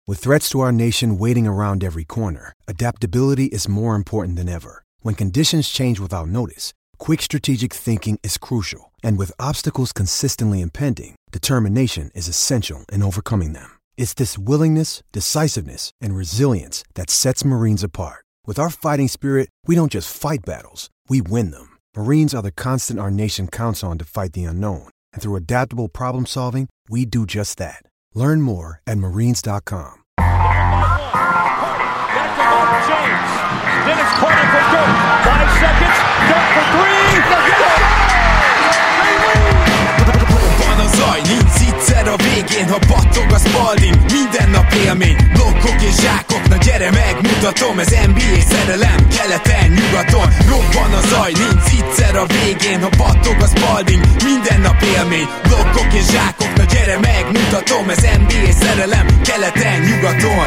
With threats to our nation waiting around every corner, adaptability is more important than ever. When conditions change without notice, quick strategic thinking is crucial. And with obstacles consistently impending, determination is essential in overcoming them. It's this willingness, decisiveness, and resilience that sets Marines apart. With our fighting spirit, we don't just fight battles, we win them. Marines are the constant our nation counts on to fight the unknown. And through adaptable problem solving, we do just that. Learn more at marines.com. That's off James. Then it's corner for Dirk. 5 seconds. Dirk for 3. Van a zaj, nincs egyszer a végén, ha battog a Spalding. Minden nap élmény, blokkok és zsákok. Na gyere megmutatom, ez NBA szerelem. Keleten, nyugaton, robban a zaj, nincs egyszer a végén, ha battog a Spalding. Minden nap élmény, blokkok és zsákok. Na gyere megmutatom, ez NBA szerelem. Keleten, nyugaton.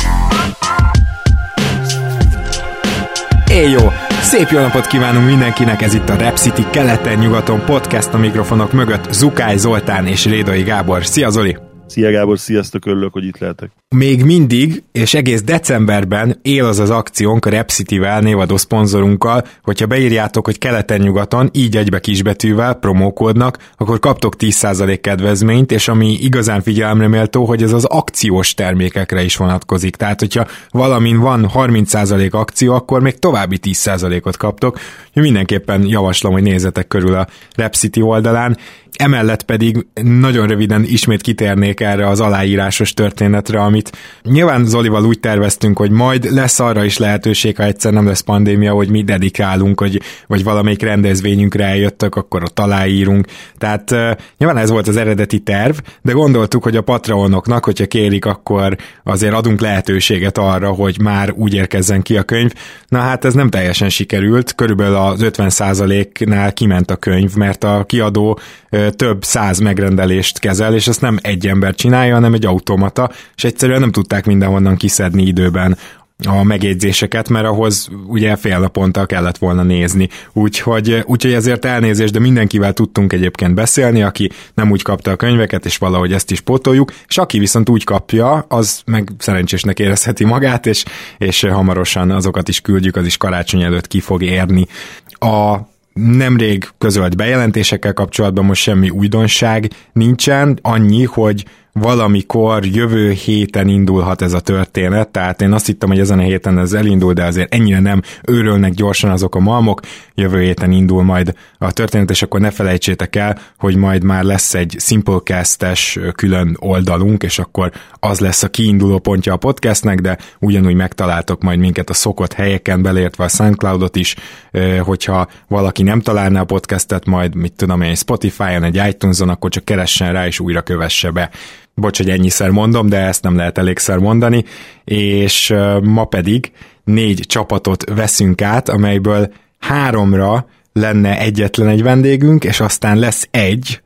Éj jó! Szép jó napot kívánunk mindenkinek, ez itt a Rap City keleten-nyugaton podcast, a mikrofonok mögött Zukály Zoltán és Rédai Gábor. Szia Zoli! Szia Gábor, sziasztok, örülök, hogy itt lehetek. Még mindig, és egész decemberben él az akciónk a Rap City-vel, névadó szponzorunkkal, hogyha beírjátok, hogy keleten-nyugaton, így egybe kisbetűvel, promókódnak, akkor kaptok 10% kedvezményt, és ami igazán figyelemre méltó, hogy ez az akciós termékekre is vonatkozik. Tehát, hogyha valamin van 30% akció, akkor még további 10%-ot kaptok. Mindenképpen javaslom, hogy nézzetek körül a Rap City oldalán. Emellett pedig nagyon röviden ismét kitérnék erre az aláírásos történetre, amit nyilván Zolival úgy terveztünk, hogy majd lesz arra is lehetőség, ha egyszer nem lesz pandémia, hogy mi dedikálunk, vagy valamelyik rendezvényünkre eljöttök, akkor ott aláírunk. Tehát nyilván ez volt az eredeti terv, de gondoltuk, hogy a Patreonoknak, hogyha kérik, akkor azért adunk lehetőséget arra, hogy már úgy érkezzen ki a könyv. Na hát ez nem teljesen sikerült, körülbelül az 50%-nál kiment a könyv, mert a kiadó több 100 megrendelést kezel, és ezt nem egy ember csinálja, hanem egy automata, és egyszerűen nem tudták mindenhonnan kiszedni időben a megjegyzéseket, mert ahhoz ugye fél naponta kellett volna nézni. Úgyhogy ezért elnézést, de mindenkivel tudtunk egyébként beszélni, aki nem úgy kapta a könyveket, és valahogy ezt is pótoljuk, és aki viszont úgy kapja, az meg szerencsésnek érezheti magát, és hamarosan azokat is küldjük, az is karácsony előtt ki fog érni. A nemrég közölt bejelentésekkel kapcsolatban most semmi újdonság nincsen, annyi, hogy valamikor jövő héten indulhat ez a történet, tehát én azt hittem, hogy ezen a héten ez elindul, de azért ennyire nem őrölnek gyorsan azok a malmok, jövő héten indul majd a történet, és akkor ne felejtsétek el, hogy majd már lesz egy Simplecast-es külön oldalunk, és akkor az lesz a kiinduló pontja a podcastnek, de ugyanúgy megtaláltok majd minket a szokott helyeken, beleértve a SoundCloudot is, hogyha valaki nem találná a podcastet, majd mit tudom én, Spotify-on, egy iTunes-on, akkor csak keressen rá, és újra kövesse be. Bocs, hogy ennyiszer mondom, de ezt nem lehet elégszer mondani, és ma pedig 4 csapatot veszünk át, amelyből 3-ra lenne egyetlen egy vendégünk, és aztán lesz egy,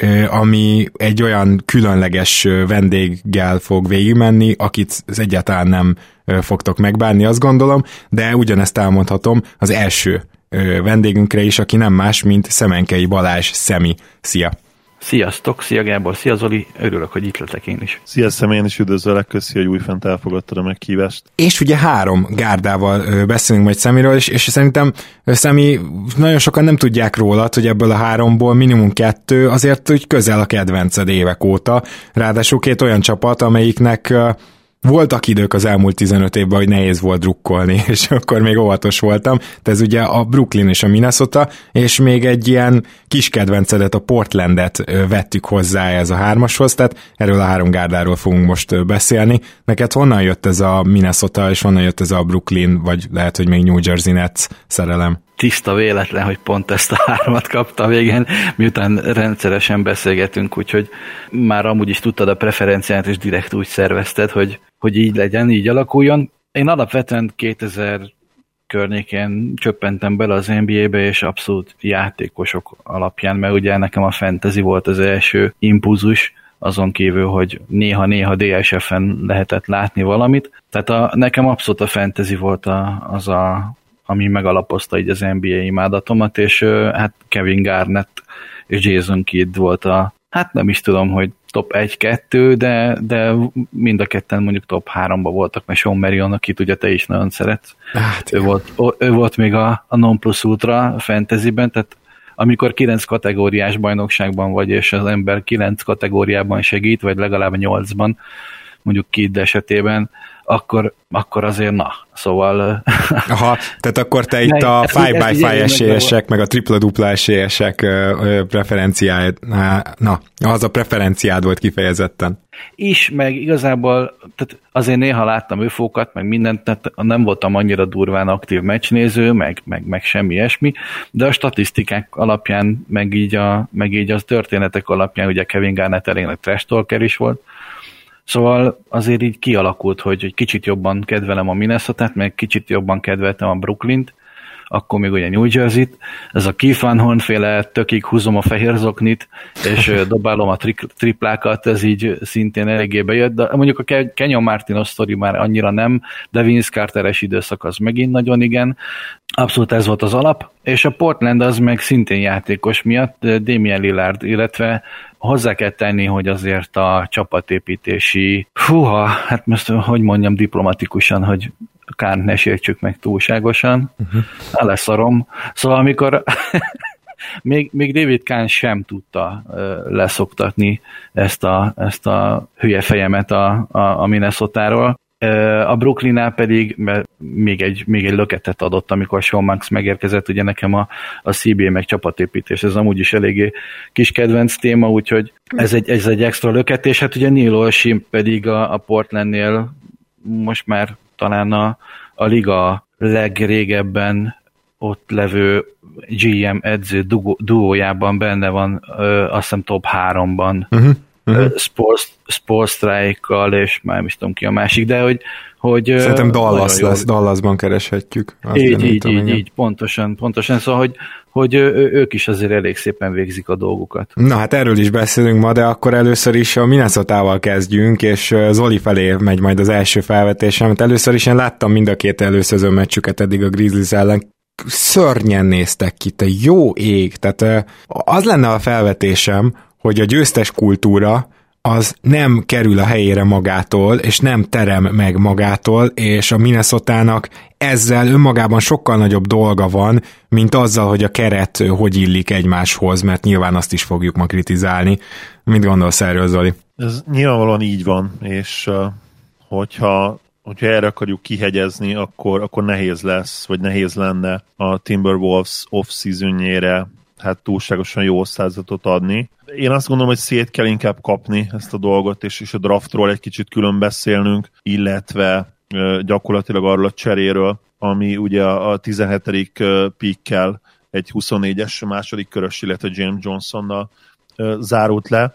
ami egy olyan különleges vendéggel fog végigmenni, akit egyáltalán nem fogtok megbánni, azt gondolom, de ugyanezt elmondhatom az első vendégünkre is, aki nem más, mint Szemenkei Balázs Szemi. Szia! Sziasztok, szia Gábor, szia Zoli, örülök, hogy itt letek én is. Szia Szemi, én is üdvözöllek, köszi, hogy újfent elfogadtad a meghívást. És ugye 3 gárdával beszélünk majd Szemiről, és szerintem Szemi, nagyon sokan nem tudják rólad, hogy ebből a 3-ból minimum 2 azért úgy közel a kedvenced évek óta, ráadásul 2 olyan csapat, amelyiknek voltak idők az elmúlt 15 évben, hogy nehéz volt drukkolni, és akkor még óvatos voltam. De ez ugye a Brooklyn és a Minnesota, és még egy ilyen kis kedvencedet, a Portlandet vettük hozzá ez a 3-ashoz, tehát erről a 3 gárdáról fogunk most beszélni. Neked honnan jött ez a Minnesota, és honnan jött ez a Brooklyn, vagy lehet, hogy még New Jersey Nets szerelem? Tiszta véletlen, hogy pont ezt a 3-at kapta a végén, miután rendszeresen beszélgetünk, úgyhogy már amúgy is tudtad a preferenciát, és direkt úgy szervezted, hogy így legyen, így alakuljon. Én alapvetően 2000 környékén csöppentem bele az NBA-be, és abszolút játékosok alapján, mert ugye nekem a fantasy volt az első impulzus, azon kívül, hogy néha-néha DSF-en lehetett látni valamit. Tehát nekem abszolút a fantasy volt ami megalapozta így az NBA imádatomat, és hát Kevin Garnett és Jason Kidd volt hát nem is tudom, hogy top 1-2, de mind a ketten mondjuk top 3-ba voltak, mert Sean Marion, akit ugye te is nagyon szeretsz. Hát, ő volt még a non plus ultra fantasyben, tehát amikor 9 kategóriás bajnokságban vagy, és az ember 9 kategóriában segít, vagy legalább 8-ban, mondjuk Kid esetében, akkor azért na, szóval... Aha, tehát akkor te itt a 5x5 esélyesek, meg a tripla-dupla esélyesek preferenciád, na, az a preferenciád volt kifejezetten. Is, meg igazából, tehát azért néha láttam UFO-kat, meg mindent, tehát nem voltam annyira durván aktív meccsnéző, meg semmi ilyesmi, de a statisztikák alapján, meg így az történetek alapján, ugye Kevin Garnett elég nagy trash talker is volt, szóval azért így kialakult, hogy egy kicsit jobban kedvelem a Minnesotát, meg kicsit jobban kedveltem a Brooklynt, akkor még ugye New Jersey-t, ez a Keith Van Horn-féle tökig húzom a fehér zoknit, és dobálom a triplákat, ez így szintén eléggé bejött, de mondjuk a Kenyon Martinos sztori már annyira nem, de Vince Carter-es időszak az megint nagyon igen. Abszolút ez volt az alap, és a Portland az meg szintén játékos miatt, Damian Lillard, illetve hozzá kell tenni, hogy azért a csapatépítési, hát most hogy mondjam diplomatikusan, hogy kár ne sértsük meg túlságosan, leszarom. Szóval amikor még David Kahn sem tudta leszoktatni ezt a hülye fejemet a Minnesotáról. A Brooklynnál pedig még egy löketet adott, amikor Sean Marks megérkezett, ugye nekem a CBA meg csapatépítés, ez amúgy is eléggé kis kedvenc téma, úgyhogy ez egy extra löket, és hát ugye Neil Olshey pedig a Portlandnél most már talán a liga legrégebben ott levő GM edző duójában benne van, azt hiszem top 3-ban. Sportstrike-kal, és már nem is tudom ki a másik, de hogy szerintem Dallasban kereshetjük. Így, pontosan. Szóval, hogy ők is azért elég szépen végzik a dolgukat. Na hát erről is beszélünk ma, de akkor először is a Minnesotával kezdjünk, és Zoli felé megy majd az első felvetésem. Először is én láttam mind a két előszezon meccsüket eddig a Grizzlies ellen. Szörnyen néztek ki, te jó ég! Tehát az lenne a felvetésem, hogy a győztes kultúra az nem kerül a helyére magától, és nem terem meg magától, és a Minnesotának ezzel önmagában sokkal nagyobb dolga van, mint azzal, hogy a keret hogy illik egymáshoz, mert nyilván azt is fogjuk ma kritizálni. Mit gondolsz erről, Zoli? Ez nyilvánvalóan így van, és hogyha erre akarjuk kihegyezni, akkor nehéz lesz, vagy nehéz lenne a Timberwolves off-seasonjére hát túlságosan jó osztályzatot adni. Én azt gondolom, hogy szét kell inkább kapni ezt a dolgot, és a draftról egy kicsit külön beszélnünk, illetve gyakorlatilag arról a cseréről, ami ugye a 17. pickkel egy 24-es második körös, illetve James Johnsonnal zárult le,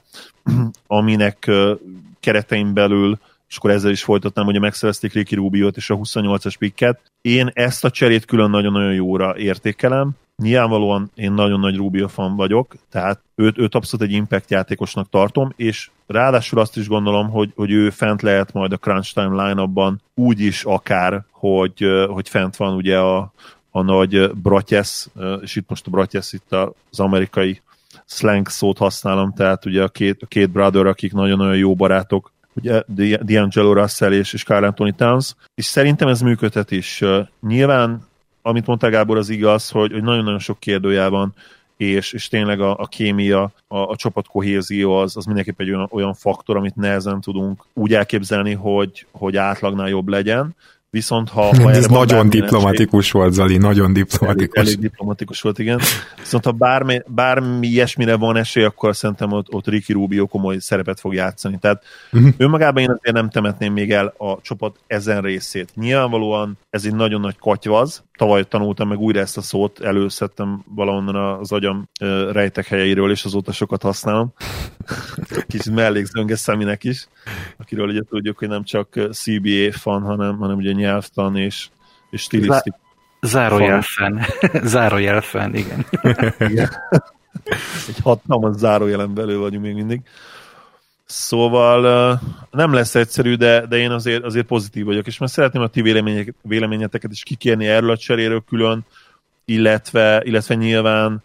aminek keretein belül, és akkor ezzel is folytatnám, hogy megszerezték Ricky Rubiot és a 28-as picket. Én ezt a cserét külön nagyon-nagyon jóra értékelem. Nyilvánvalóan én nagyon nagy Rubio fan vagyok, tehát őt abszolút egy impact játékosnak tartom, és ráadásul azt is gondolom, hogy ő fent lehet majd a crunch time line-upban úgy is akár, hogy fent van ugye a nagy Bratyesz, és itt most a Bratyesz itt az amerikai slang szót használom, tehát ugye a két brother, akik nagyon-nagyon jó barátok, ugye D'Angelo Russell és Karl Anthony Towns, és szerintem ez működhet is. Nyilván, amit mondta Gábor, az igaz, hogy nagyon-nagyon sok kérdőjel van, és tényleg a kémia, a csapatkohézió az mindenképp egy olyan faktor, amit nehezen tudunk úgy elképzelni, hogy átlagnál jobb legyen. Viszont ez nagyon diplomatikus volt, Zali, nagyon diplomatikus. Elég diplomatikus volt, igen. Viszont ha bármi ilyesmire van esély, akkor szerintem ott Ricky Rubio komoly szerepet fog játszani. Tehát önmagában én azért nem temetném még el a csapat ezen részét. Nyilvánvalóan ez egy nagyon nagy katyvaz. Tavaly tanultam meg újra ezt a szót, előszedtem valahonnan az agyam rejtek helyeiről, és azóta sokat használom. Kicsit mellékzönges Szeminek is, akiről ugye tudjuk, hogy nem csak CBA fan, hanem ugye nyelvtan és stilisztik. Zárójelfen, igen. Igen. Egy hatalmas zárójelen belül vagyunk még mindig. Szóval nem lesz egyszerű, de én azért pozitív vagyok, és már szeretném a ti véleményeteket is kikérni erről a cseréről külön, illetve nyilván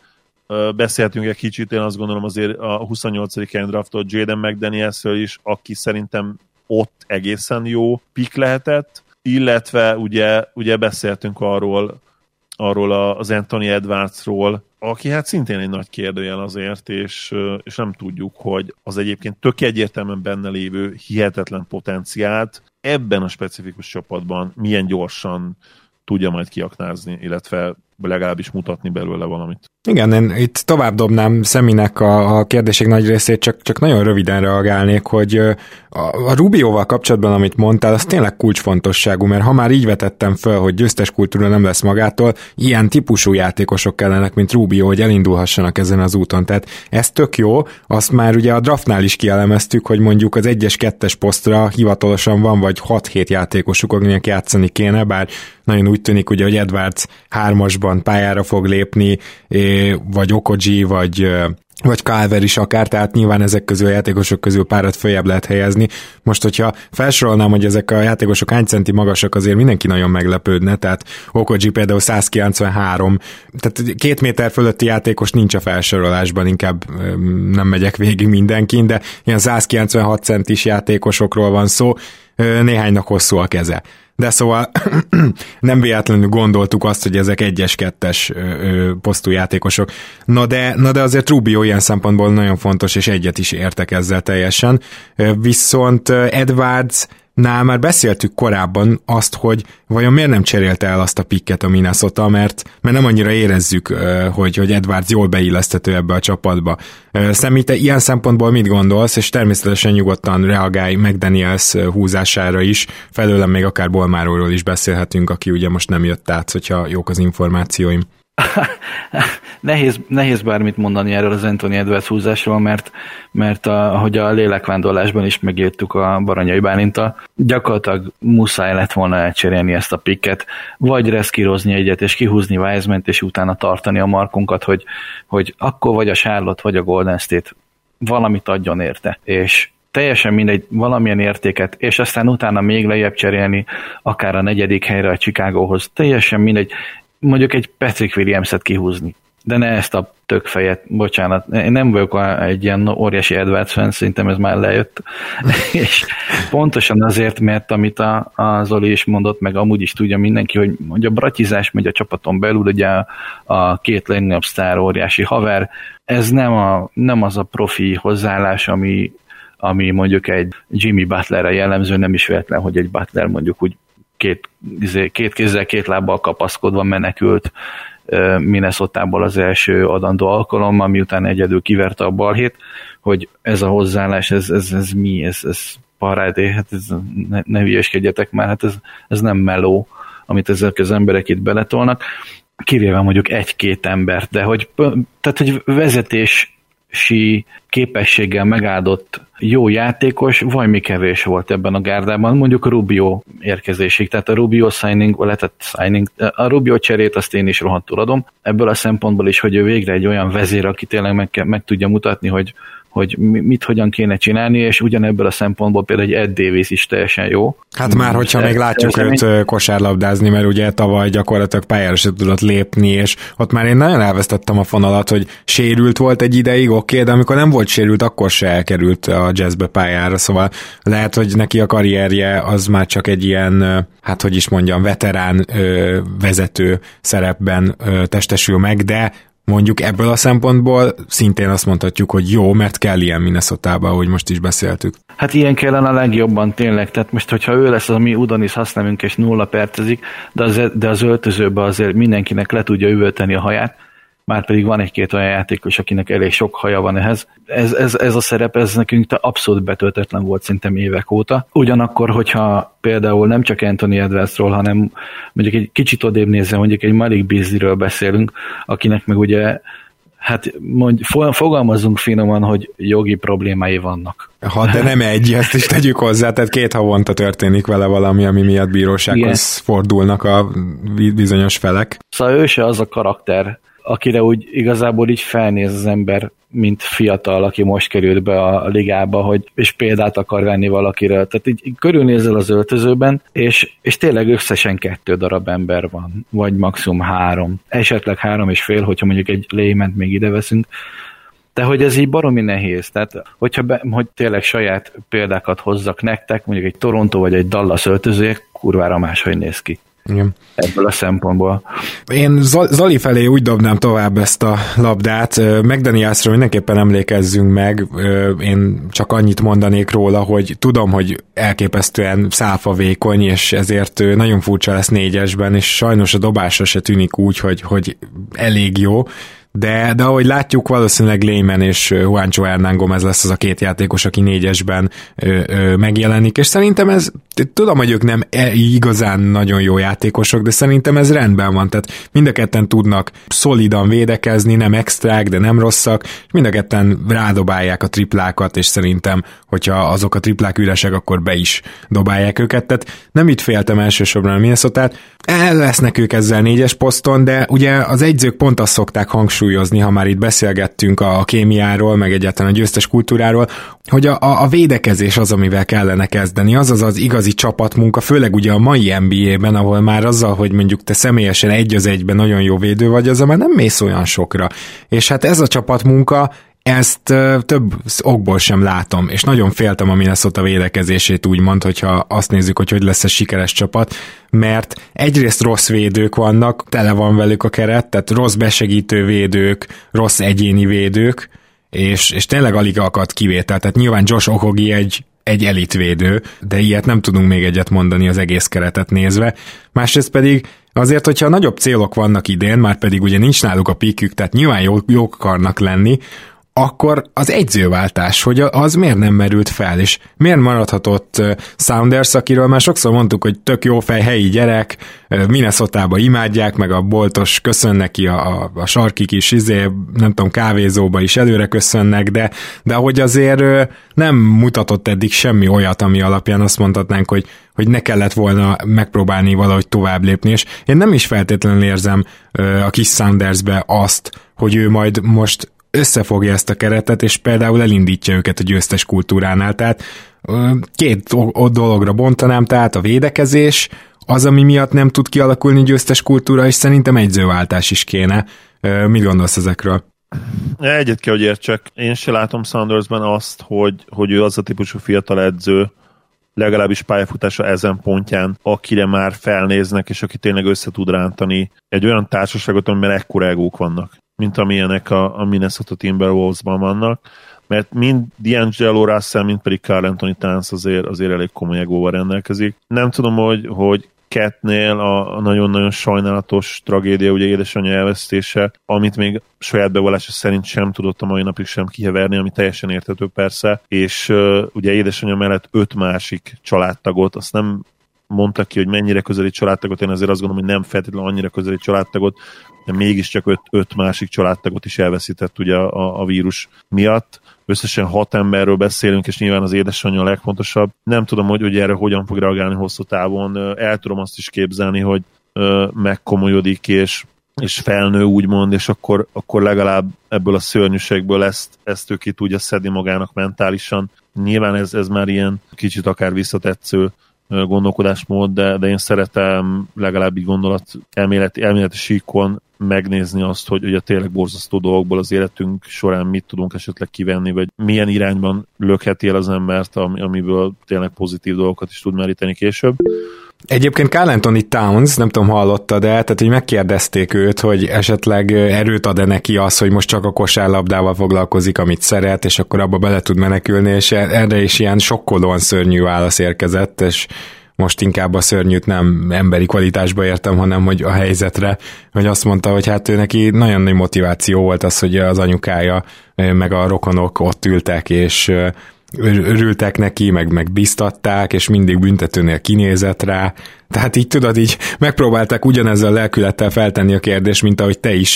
beszélhetünk egy kicsit, én azt gondolom azért a 28. helyen draftolt Jaden McDanielsről is, aki szerintem ott egészen jó pick lehetett, illetve ugye beszéltünk arról az Anthony Edwardsról, aki hát szintén egy nagy kérdőjel azért, és nem tudjuk, hogy az egyébként tök egyértelműen benne lévő hihetetlen potenciált ebben a specifikus csapatban milyen gyorsan tudja majd kiaknázni, illetve legalábbis mutatni belőle valamit. Igen, én itt tovább dobnám Szeminek a kérdések nagy részét, csak nagyon röviden reagálnék, hogy a Rubioval kapcsolatban, amit mondtál, az tényleg kulcsfontosságú, mert ha már így vetettem föl, hogy győztes kultúra nem lesz magától, ilyen típusú játékosok kellenek, mint Rubio, hogy elindulhassanak ezen az úton. Tehát ez tök jó, azt már ugye a draftnál is kielemeztük, hogy mondjuk az 1-es, 2-es posztra hivatalosan van vagy 6-7 játékosuk, akinek játszani kéne, bár nagyon úgy tűnik, ugye, hogy Edwards 3-asban pályára fog lépni, vagy Okoji, vagy Calver is akár, tehát nyilván ezek közül a játékosok közül párat följebb lehet helyezni. Most, hogyha felsorolnám, hogy ezek a játékosok hány centi magasak, azért mindenki nagyon meglepődne, tehát Okoji például 193, tehát 2 méter fölötti játékos nincs a felsorolásban, inkább nem megyek végig mindenkin, de ilyen 196 centis játékosokról van szó, néhánynak hosszú a keze. De szóval nem véletlenül gondoltuk azt, hogy ezek 1-es, 2-es posztú játékosok. Na de azért Rubio ilyen szempontból nagyon fontos, és egyet is értek ezzel teljesen. Viszont Edwardsnál már beszéltük korábban azt, hogy vajon miért nem cserélte el azt a picket a Minnesota, mert nem annyira érezzük, hogy Edwards jól beilleszthető ebbe a csapatba. Szemi, te ilyen szempontból mit gondolsz, és természetesen nyugodtan reagálj McDaniels húzására is, felőlem még akár Bolmáróról is beszélhetünk, aki ugye most nem jött át, hogyha jók az információim. Nehéz bármit mondani erről az Anthony Edwards húzásról, mert ahogy a lélekvándorlásban is megírtuk a Baranyai Bálinta, gyakorlatilag muszáj lett volna elcserélni ezt a picket, vagy reszkírozni egyet, és kihúzni Wisemant, és utána tartani a markunkat, hogy akkor vagy a Charlotte, vagy a Golden State valamit adjon érte, és teljesen mindegy, valamilyen értéket, és aztán utána még lejjebb cserélni, akár a 4. helyre a Chicagóhoz, teljesen mindegy, mondjuk egy Patrick Williams-et kihúzni. De ne ezt a tökfejet, bocsánat, én nem vagyok egy ilyen óriási Edwards fan, szerintem ez már lejött. És pontosan azért, mert amit a Zoli is mondott, meg amúgy is tudja mindenki, hogy a bratizás megy a csapaton belül, ugye a 2 legnagyobb sztár óriási haver, ez nem az a profi hozzáállás, ami mondjuk egy Jimmy Butlerre jellemző, nem is véletlen, hogy egy Butler mondjuk úgy két kézzel, 2 lábbal kapaszkodva menekült Minnesotából az első adandó alkalommal, miután egyedül kiverte a balhét, hogy ez a hozzáállás, ez mi, ez parádé, hát ne hülyeskedjetek már, hát ez nem meló, amit ezek az emberek itt beletolnak, kivéve mondjuk 1-2 embert, de hogy vezetési képességgel megáldott jó játékos, valami kevés volt ebben a gárdában, mondjuk a Rubio érkezésig, tehát a Rubio a Rubio cserét azt én is rohadtul adom, ebből a szempontból is, hogy ő végre egy olyan vezér, aki tényleg meg tudja mutatni, hogy mit hogyan kéne csinálni, és ugyanebből a szempontból például egy Ed Davis is teljesen jó. Hát már, hogyha még látjuk őt kosárlabdázni, mert ugye tavaly gyakorlatilag pályára se tudott lépni, és ott már én nagyon elvesztettem a fonalat, hogy sérült volt egy ideig, oké, de amikor nem volt sérült, akkor se elkerült a Jazzbe pályára, szóval lehet, hogy neki a karrierje az már csak egy ilyen, hát hogy is mondjam, veterán vezető szerepben testesül meg, de mondjuk ebből a szempontból szintén azt mondhatjuk, hogy jó, mert kell ilyen Minnesotába, ahogy most is beszéltük. Hát ilyen kellene a legjobban tényleg, tehát most, hogyha ő lesz az, ami Udonis használunk és 0 percezik, de az öltözőben azért mindenkinek le tudja üvölteni a haját, már pedig van 1-2 olyan játékos, akinek elég sok haja van ehhez. Ez a szerep, ez nekünk abszolút betöltetlen volt szerintem évek óta. Ugyanakkor, hogyha például nem csak Anthony Edwardsról, hanem mondjuk egy kicsit odébb nézve, mondjuk egy Malik Beasleyről beszélünk, akinek meg ugye, hát fogalmazzunk finoman, hogy jogi problémái vannak. De nem egy, ezt is tegyük hozzá, tehát 2 havonta történik vele valami, ami miatt bírósághoz fordulnak a bizonyos felek. Szóval ő se az a karakter, akire úgy igazából így felnéz az ember, mint fiatal, aki most került be a ligába, hogy, és példát akar venni valakiről. Tehát így körülnézel az öltözőben, és tényleg összesen 2 darab ember van, vagy maximum 3. Esetleg 3,5, hogyha mondjuk egy Lehment még ide veszünk. De hogy ez így baromi nehéz. Tehát, hogy tényleg saját példákat hozzak nektek, mondjuk egy Toronto vagy egy Dallas öltözője, kurvára máshogy néz ki. Igen. Ebből a szempontból. Én Zali felé úgy dobnám tovább ezt a labdát. McDanielsről mindenképpen emlékezzünk meg. Én csak annyit mondanék róla, hogy tudom, hogy elképesztően szálfavékony, és ezért nagyon furcsa lesz 4-esben, és sajnos a dobásra se tűnik úgy, hogy elég jó. De ahogy látjuk, valószínűleg Lehman és Juancho Hernán Gómez lesz az a 2 játékos, aki 4-esben megjelenik, és szerintem ez, tudom, hogy ők nem igazán nagyon jó játékosok, de szerintem ez rendben van, tehát mind a ketten tudnak szolidan védekezni, nem extrák, de nem rosszak, és mind a ketten rádobálják a triplákat, és szerintem, hogyha azok a triplák üresek, akkor be is dobálják őket, tehát nem itt féltem elsősorban a Minnesotát, lesznek ők ezzel 4-es poszton, de ugye az egyzők pont azt szokták hangsúlyozni, ha már itt beszélgettünk a kémiáról, meg egyáltalán a győztes kultúráról, hogy a védekezés az, amivel kellene kezdeni, az igazi csapatmunka, főleg ugye a mai NBA-ben, ahol már azzal, hogy mondjuk te személyesen 1-1-ben nagyon jó védő vagy, azzal már nem mész olyan sokra. És hát ez a csapatmunka, ezt több okból sem látom, és nagyon féltem a Minnesota védekezését úgymond, hogyha azt nézzük, hogy lesz ez sikeres csapat, mert egyrészt rossz védők vannak, tele van velük a keret, tehát rossz besegítő védők, rossz egyéni védők, és tényleg alig akad kivétel, tehát nyilván Josh Okogie egy elitvédő, de ilyet nem tudunk még egyet mondani az egész keretet nézve. Másrészt pedig azért, hogyha nagyobb célok vannak idén, már pedig ugye nincs náluk a pikük, tehát nyilván jók akarnak lenni, akkor az egyzőváltás, hogy az miért nem merült fel, és miért maradhatott Saunders, akiről már sokszor mondtuk, hogy tök jó fej, helyi gyerek, Minnesotába imádják, meg a boltos köszön neki, a sarki kis nem tudom, kávézóba is előre köszönnek, de hogy azért nem mutatott eddig semmi olyat, ami alapján azt mondhatnánk, hogy ne kellett volna megpróbálni valahogy tovább lépni, és én nem is feltétlenül érzem a kis Saundersbe azt, hogy ő majd most összefogja ezt a keretet, és például elindítja őket a győztes kultúránál. Tehát 2 dologra bontanám, tehát a védekezés, az, ami miatt nem tud kialakulni győztes kultúra, és szerintem egyzőváltás is kéne. Mit gondolsz ezekről? Egyet kell, hogy értsek. Én se látom Saundersben azt, hogy ő az a típusú fiatal edző, legalábbis pályafutása ezen pontján, akire már felnéznek, és aki tényleg össze tud rántani egy olyan társaságot, amiben ekkora egók vannak, mint amilyenek a Minnesota Timberwolvesban vannak, mert mind D'Angelo Russell, mind pedig Karl Anthony Towns azért elég komoly egóval rendelkezik. Nem tudom, hogy Catnél a nagyon-nagyon sajnálatos tragédia, ugye édesanyja elvesztése, amit még saját bevallása szerint sem tudott a mai napig sem kiheverni, ami teljesen érthető persze, és ugye édesanyja mellett 5 másik családtagot, azt nem mondta ki, hogy mennyire közeli családtagot, én azért azt gondolom, hogy nem feltétlenül annyira közeli családtagot, de mégiscsak 5 másik családtagot is elveszített ugye a vírus miatt. Összesen 6 emberről beszélünk, és nyilván az édesanyja a legfontosabb. Nem tudom, hogy erre hogyan fog reagálni hosszú távon. El tudom azt is képzelni, hogy megkomolyodik, és felnő úgymond, és akkor legalább ebből a szörnyűségből ezt ő ki tudja szedni magának mentálisan. Nyilván ez már ilyen kicsit akár visszatetsző gondolkodásmód, de én szeretem legalább így elméleti síkon megnézni azt, hogy ugye tényleg borzasztó dolgokból az életünk során mit tudunk esetleg kivenni, vagy milyen irányban lökheti el az embert, amiből tényleg pozitív dolgokat is tud meríteni később. Egyébként Karl Anthony Towns, nem tudom, hallottad el, tehát hogy megkérdezték őt, hogy esetleg erőt ad-e neki az, hogy most csak a kosárlabdával foglalkozik, amit szeret, és akkor abba bele tud menekülni, és erre is ilyen sokkolóan szörnyű válasz érkezett, és most inkább a szörnyűt nem emberi kvalitásba értem, hanem hogy a helyzetre, hogy azt mondta, hogy hát ő neki nagyon nagy motiváció volt az, hogy az anyukája meg a rokonok ott ültek, és örültek neki, meg biztatták, és mindig büntetőnél kinézett rá. Tehát így tudod, így megpróbálták ugyanezzel a lelkülettel feltenni a kérdést, mint ahogy te is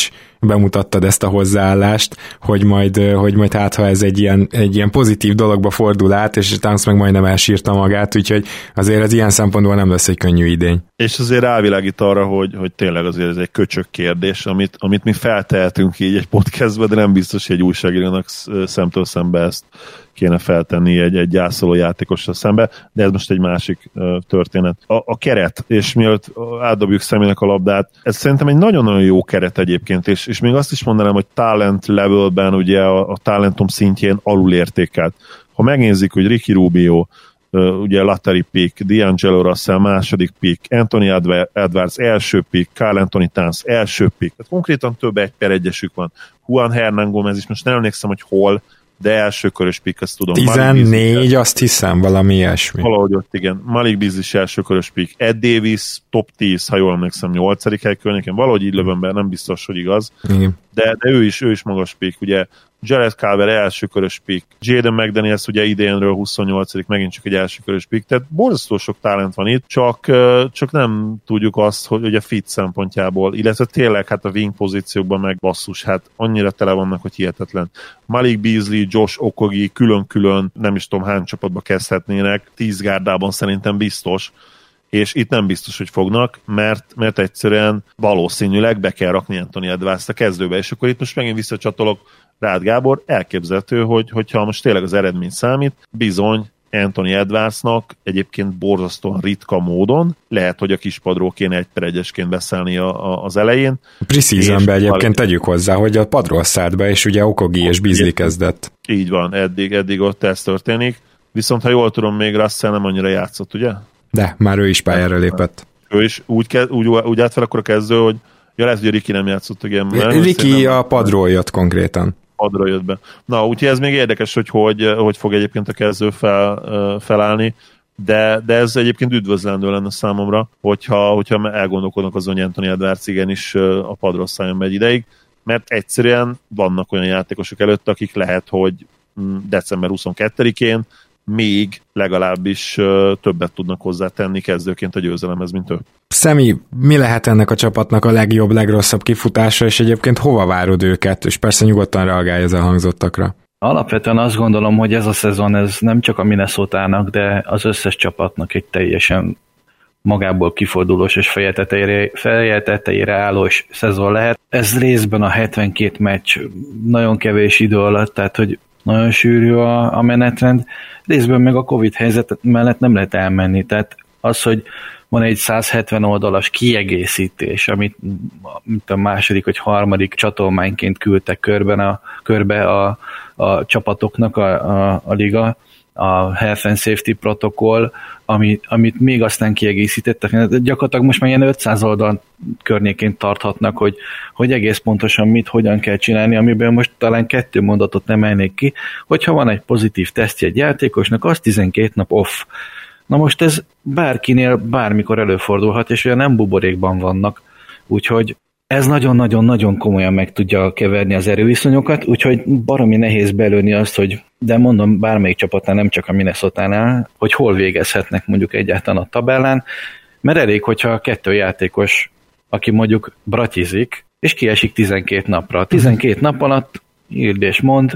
bemutattad ezt a hozzáállást, hogy majd hát, ha ez egy ilyen pozitív dologba fordul át, és Towns meg majdnem elsírta magát, úgyhogy azért ez ilyen szempontból nem lesz egy könnyű idény. És azért rávilágít arra, hogy tényleg azért ez egy köcsög kérdés, amit mi feltehetünk így egy podcastben, de nem biztos, hogy egy újságírónak szemtől szembe ezt kéne feltenni egy gyászoló játékossal szembe, de ez most egy másik történet. A keret, és mielőtt átdobjuk Személynek a labdát, ez szerintem egy nagyon-nagyon jó keret egyébként, és még azt is mondanám, hogy talent levelben ugye a talentum szintjén alulértékelt. Ha megnézzük, hogy Ricky Rubio, ugye lottery pick, D'Angelo Russell második pick, Anthony Edwards első pick, Karl Anthony Towns első pick, tehát konkrétan több 1/1-esük van. Juan Hernán Gómez is, most nem emlékszem, hogy hol, de elsőkörös pick, ezt tudom. 14, azt hiszem, valami ilyesmi. Valahogy ott, igen. Malik Beasley elsőkörös pick, Ed Davis top 10, ha jól emlékszem, 8. hely környéken, valahogy így lövöm be, nem biztos, hogy igaz. Igen. De ő is magas pick, ugye Jared Culver elsőkörös pick, Jaden McDaniels ugye idénről 28. megint csak egy elsőkörös pick, tehát borzasztó sok talent van itt, csak nem tudjuk azt, hogy ugye fit szempontjából, illetve tényleg hát a wing pozíciókban meg basszus, hát annyira tele vannak, hogy hihetetlen. Malik Beasley, Josh Okogie külön-külön, nem is tudom hány csapatba kezdhetnének, 10 gárdában szerintem biztos, és itt nem biztos, hogy fognak, mert egyszerűen valószínűleg be kell rakni Anthony Edwards a kezdőbe, és akkor itt most megint visszacsatolok rád, Gábor, elképzelhető, hogyha most tényleg az eredmény számít, bizony Anthony Edwardsnak egyébként borzasztóan ritka módon, lehet, hogy a kispadról kéne 1/1-esként beszállni az elején. Preseasonben egyébként tegyük hozzá, hogy a padról szállt be, és ugye Okogie és Beasley kezdett. Így van, eddig ott ez történik, viszont ha jól tudom, még Russell nem annyira játszott, ugye? De, már ő is pályára lépett. Ő is úgy állt fel akkor a kezdő, hogy lehet, hogy Ricky nem játszott. Ricky a padról jött konkrétan. Padról jött be. Na, úgyhogy ez még érdekes, hogy fog egyébként a kezdő felállni, de ez egyébként üdvözlendő lenne számomra, hogyha elgondolkodnak azon, hogy Anthony Edwards igenis a padról szálljon be egy ideig, mert egyszerűen vannak olyan játékosok előtt, akik lehet, hogy december 22-én még legalábbis többet tudnak hozzátenni kezdőként a győzelemhez, mint ő. Szemi, mi lehet ennek a csapatnak a legjobb, legrosszabb kifutása, és egyébként hova várod őket? És persze nyugodtan reagálj az elhangzottakra. Alapvetően azt gondolom, hogy ez a szezon ez nem csak a Minnesotának, de az összes csapatnak egy teljesen magából kifordulós és feje tetejére állós szezon lehet. Ez részben a 72 meccs nagyon kevés idő alatt, tehát hogy nagyon sűrű a menetrend, részben meg a Covid helyzet mellett nem lehet elmenni, tehát az, hogy van egy 170 oldalas kiegészítés, amit a második vagy harmadik csatolmányként küldtek körbe a csapatoknak a liga, a Health and Safety protokoll, amit még aztán kiegészítettek. Gyakorlatilag most már ilyen 500 oldal környékén tarthatnak, hogy egész pontosan hogyan kell csinálni, amiből most talán 2 mondatot emelnék ki, hogyha van egy pozitív tesztje egy játékosnak, az 12 nap off. Na most ez bárkinél bármikor előfordulhat, és olyan nem buborékban vannak, úgyhogy ez nagyon-nagyon-nagyon komolyan meg tudja keverni az erőviszonyokat, úgyhogy baromi nehéz belőni azt, hogy de mondom, bármelyik csapatnál, nem csak a Minnesotánál, hogy hol végezhetnek mondjuk egyáltalán a tabellán, mert elég, hogyha 2 játékos, aki mondjuk bratyizik, és kiesik 12 napra. 12 nap alatt írd és mond,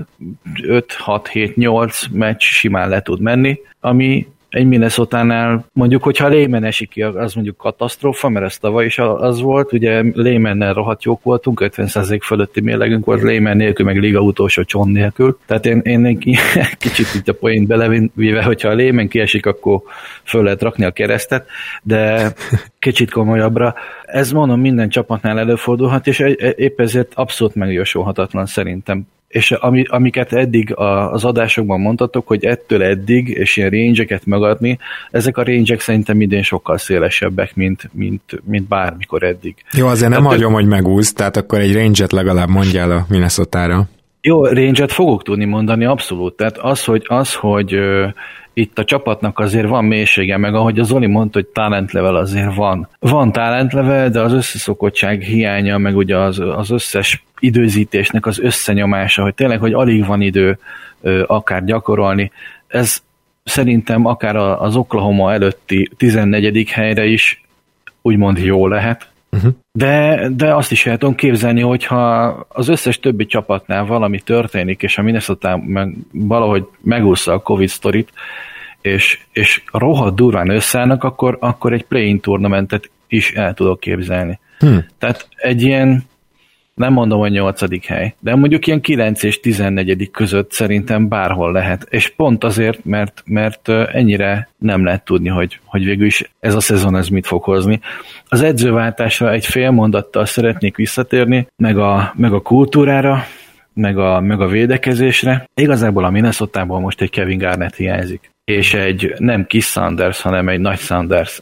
5-6-7-8 meccs simán le tud menni, ami egy Minnesotánál mondjuk, hogyha Lehman esik ki, az mondjuk katasztrófa, mert ez tavaly is az volt, ugye Lehmannel rohadt jók voltunk, 50% fölötti mérlegünk volt, Lehman nélkül, meg liga utolsó John nélkül, tehát én kicsit itt a poént belevéve, hogyha a Lehman kiesik, akkor föl lehet rakni a keresztet, de kicsit komolyabbra. Ez mondom, minden csapatnál előfordulhat, és épp ezért abszolút megjósolhatatlan szerintem. És amiket eddig az adásokban mondtatok, hogy ettől eddig, és ilyen range-eket megadni, ezek a range-ek szerintem idén sokkal szélesebbek, mint bármikor eddig. Jó, azért nem hagyom, hogy megúsz, tehát akkor egy range-et legalább mondjál a Minnesotára. Jó, range-et fogok tudni mondani, abszolút. Tehát az, hogy itt a csapatnak azért van mélysége, meg ahogy az Zoli mondta, hogy talent level azért van. Van talent level, de az összeszokottság hiánya, meg ugye az összes időzítésnek az összenyomása, hogy tényleg, hogy alig van idő akár gyakorolni. Ez szerintem akár az Oklahoma előtti 14. helyre is úgymond jó lehet. De azt is el tudom képzelni, hogyha az összes többi csapatnál valami történik, és a Minnesota valahogy megúszza a Covid sztorit, és rohadt durván összeállnak, akkor egy play-in tournamentet is el tudok képzelni. Tehát egy ilyen, nem mondom, hogy 8. hely, de mondjuk ilyen 9 és 14 között szerintem bárhol lehet. És pont azért, mert ennyire nem lehet tudni, hogy végül is ez a szezon ez mit fog hozni. Az edzőváltásra egy fél mondattal szeretnék visszatérni, meg a kultúrára, meg a védekezésre. Igazából a Minnesotából most egy Kevin Garnett hiányzik. És egy nem kis Sanders, hanem egy nagy Sanders.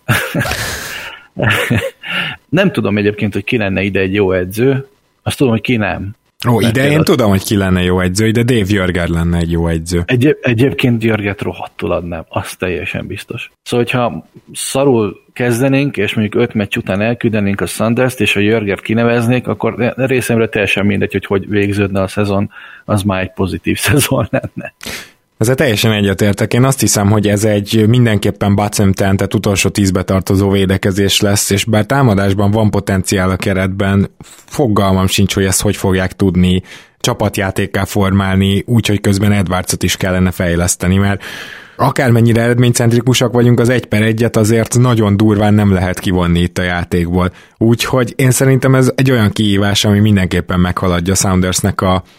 Nem tudom egyébként, hogy ki lenne ide egy jó edző, azt tudom, hogy ki nem. Ide én tudom, hogy ki lenne jó edző, de Dave Jörger lenne egy jó edző. Egyébként Jörget rohadtul adnám, az teljesen biztos. Szóval, hogyha szarul kezdenénk, és mondjuk 5 meccs után elküldenénk a Sanderst, és a Jörgert kineveznék, akkor részemre teljesen mindegy, hogy végződne a szezon, az már egy pozitív szezon lenne. Ezzel teljesen egyetértek. Én azt hiszem, hogy ez egy mindenképpen bottom 10, tehát utolsó 10-be tartozó védekezés lesz, és bár támadásban van potenciál a keretben, fogalmam sincs, hogy ezt hogy fogják tudni csapatjátékká formálni, úgyhogy közben Edwardsot is kellene fejleszteni, mert akármennyire eredménycentrikusak vagyunk, az 1/1 azért nagyon durván nem lehet kivonni itt a játékból. Úgyhogy én szerintem ez egy olyan kihívás, ami mindenképpen meghaladja Soundersnek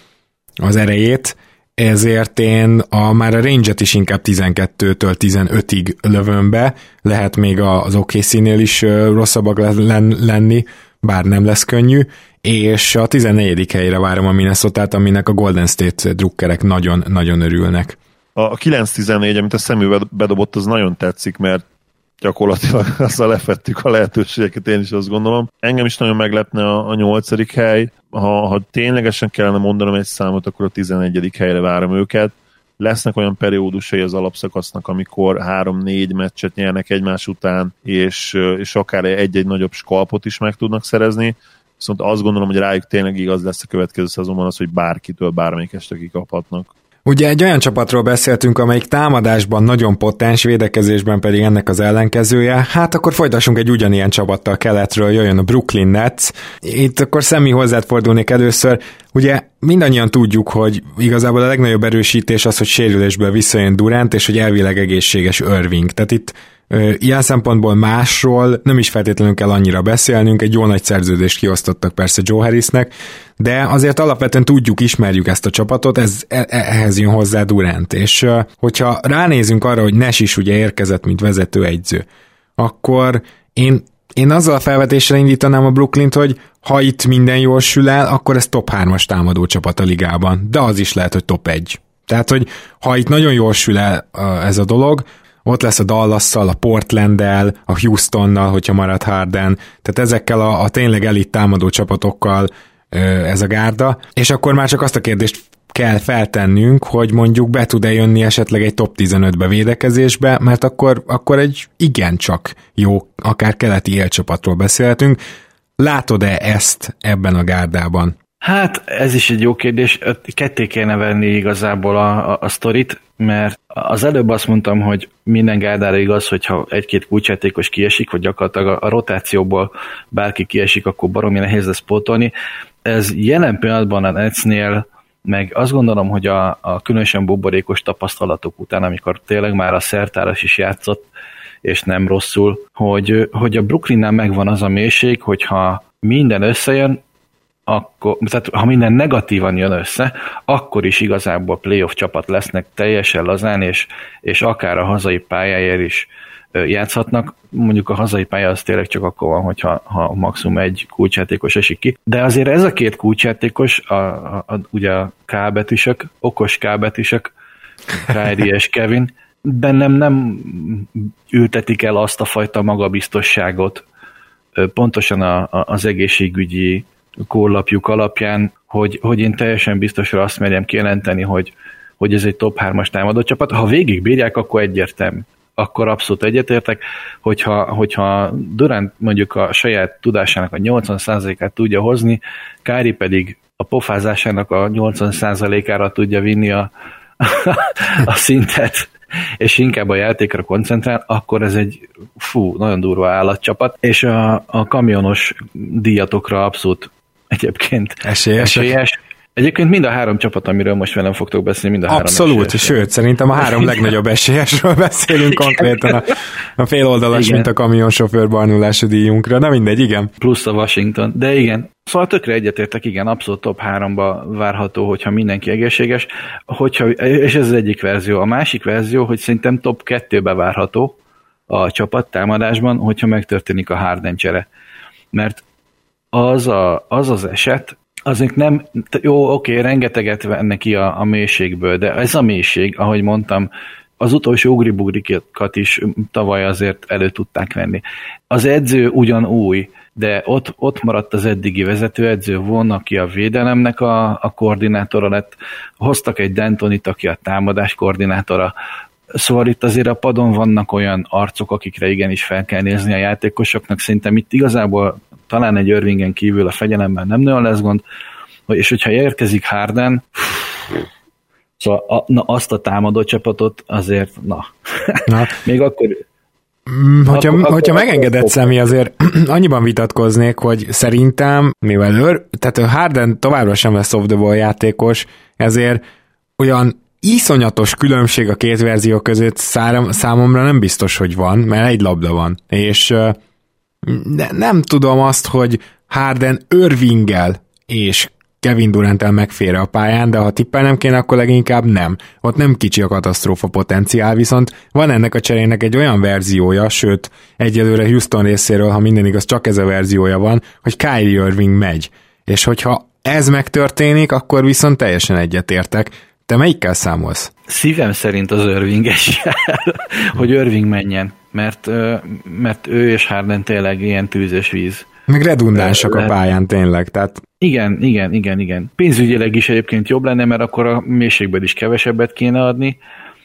az erejét, ezért én már a range-et is inkább 12-től 15-ig lövöm be, lehet még az OKC-nél is rosszabbak lenni, bár nem lesz könnyű, és a 14. helyre várom a Minnesotát, aminek a Golden State drukkerek nagyon-nagyon örülnek. A 9-14, amit a szemű bedobott, az nagyon tetszik, mert gyakorlatilag azzal lefettük a lehetőségeket, én is azt gondolom. Engem is nagyon meglepne a 8. hely. Ha ténylegesen kellene mondanom egy számot, akkor a 11. helyre várom őket. Lesznek olyan periódusai az alapszakasznak, amikor 3-4 meccset nyernek egymás után, és akár egy-egy nagyobb skalpot is meg tudnak szerezni. Viszont azt gondolom, hogy rájuk tényleg igaz lesz a következő szezonban az, hogy bárkitől bármelyik este kikaphatnak. Ugye egy olyan csapatról beszéltünk, amelyik támadásban nagyon potens, védekezésben pedig ennek az ellenkezője. Hát akkor folytassunk egy ugyanilyen csapattal keletről, jöjjön a Brooklyn Nets. Itt akkor Szemmi hozzád fordulnék először. Ugye mindannyian tudjuk, hogy igazából a legnagyobb erősítés az, hogy sérülésből visszajön Durant, és hogy elvileg egészséges Irving. Tehát itt ilyen szempontból másról nem is feltétlenül kell annyira beszélnünk, egy jó nagy szerződést kiosztottak persze Joe Harrisnek, de azért alapvetően tudjuk, ismerjük ezt a csapatot, ehhez jön hozzá Durant, és hogyha ránézünk arra, hogy Nash is ugye érkezett, mint vezetőegyző, akkor én azzal a felvetésre indítanám a Brooklynt, hogy ha itt minden jól sül el, akkor ez top 3-as támadó csapat a ligában, de az is lehet, hogy top 1. Tehát, hogy ha itt nagyon jól sül el ez a dolog, ott lesz a Dallasszal, a Portlanddel, a Houstonnal, hogyha marad Harden, tehát ezekkel a tényleg elit támadó csapatokkal ez a gárda, és akkor már csak azt a kérdést kell feltennünk, hogy mondjuk be tud-e jönni esetleg egy top 15-be védekezésbe, mert akkor egy igencsak jó, akár keleti élcsapatról beszélhetünk. Látod-e ezt ebben a gárdában? Hát ez is egy jó kérdés, ketté kéne venni igazából a sztorit, mert az előbb azt mondtam, hogy minden gárdára igaz, hogyha egy-két kulcsjátékos kiesik, vagy gyakorlatilag a rotációból bárki kiesik, akkor baromi nehéz lesz pótolni. Ez jelen pillanatban a Netsnél, meg azt gondolom, hogy a különösen buborékos tapasztalatok után, amikor tényleg már a szertáras is játszott, és nem rosszul, hogy a Brooklynnál megvan az a mélység, hogyha minden összejön, akkor, tehát ha minden negatívan jön össze, akkor is igazából playoff csapat lesznek teljesen lazán, és akár a hazai pályáért is játszhatnak. Mondjuk a hazai pálya az tényleg csak akkor van, hogyha maximum egy kulcsjátékos esik ki. De azért ez a két kulcsjátékos, ugye a K-betűsök, okos K-betűsök, Kyrie és Kevin, bennem nem ültetik el azt a fajta magabiztosságot, pontosan az egészségügyi kórlapjuk alapján, hogy én teljesen biztosra azt merjem kijelenteni, hogy ez egy top 3-as támadó csapat. Ha végig bírják, akkor egyértelmű. Akkor abszolút egyetértek, hogyha Durant mondjuk a saját tudásának a 80%-át tudja hozni, Kyrie pedig a pofázásának a 80%-ára tudja vinni a szintet, és inkább a játékra koncentrál, akkor ez egy nagyon durva állatcsapat, és a kamionos díjatokra abszolút egyébként esélyes. Egyébként mind a 3 csapat, amiről most velem fogtok beszélni, mind a 3 abszolút, sőt, szerintem a 3 legnagyobb esélyesről beszélünk konkrétan a féloldalas, mint a kamionsofőr barnulási díjunkra, de mindegy, igen. Plusz a Washington, de igen. Szóval tökre egyetértek, igen, abszolút top 3-ba várható, hogyha mindenki egészséges, és ez az egyik verzió. A másik verzió, hogy szerintem top 2-be várható a csapat támadásban, hogyha megtörténik a Harden csere. Mert az eset, azért nem, jó, oké, rengeteget venne ki a mélységből, de ez a mélység, ahogy mondtam, az utolsó ugribugrikat is tavaly azért elő tudták venni. Az edző ugyan új, de ott maradt az eddigi vezetőedző, Von, aki a védelemnek a koordinátora lett, hoztak egy D'Antonit, aki a támadás koordinátora, szóval itt azért a padon vannak olyan arcok, akikre igenis fel kell nézni a játékosoknak, szerintem itt igazából talán egy Irvingen kívül a fegyelemben nem nagyon lesz gond, és hogyha érkezik Harden, szóval azt a támadó csapatot azért, még akkor... Hogyha megengedett Szemi, azért annyiban vitatkoznék, hogy szerintem, mivel tehát Harden továbbra sem lesz off the ball játékos, ezért olyan iszonyatos különbség a 2 verzió között számomra nem biztos, hogy van, mert egy labda van, és nem tudom azt, hogy Harden Irvinggel és Kevin Duranttel megfér a pályán, de ha tippelnem kéne, akkor leginkább nem. Ott nem kicsi a katasztrófa potenciál, viszont van ennek a cserének egy olyan verziója, sőt, egyelőre Houston részéről, ha minden igaz, csak ez a verziója van, hogy Kyrie Irving megy. És hogyha ez megtörténik, akkor viszont teljesen egyetértek. Te melyikkel számolsz? Szívem szerint az Irvinges, hogy Irving menjen, mert ő és Harden tényleg ilyen tűz és víz. Meg redundánsak a pályán tényleg, tehát... Igen. Pénzügyileg is egyébként jobb lenne, mert akkor a mélységből is kevesebbet kéne adni,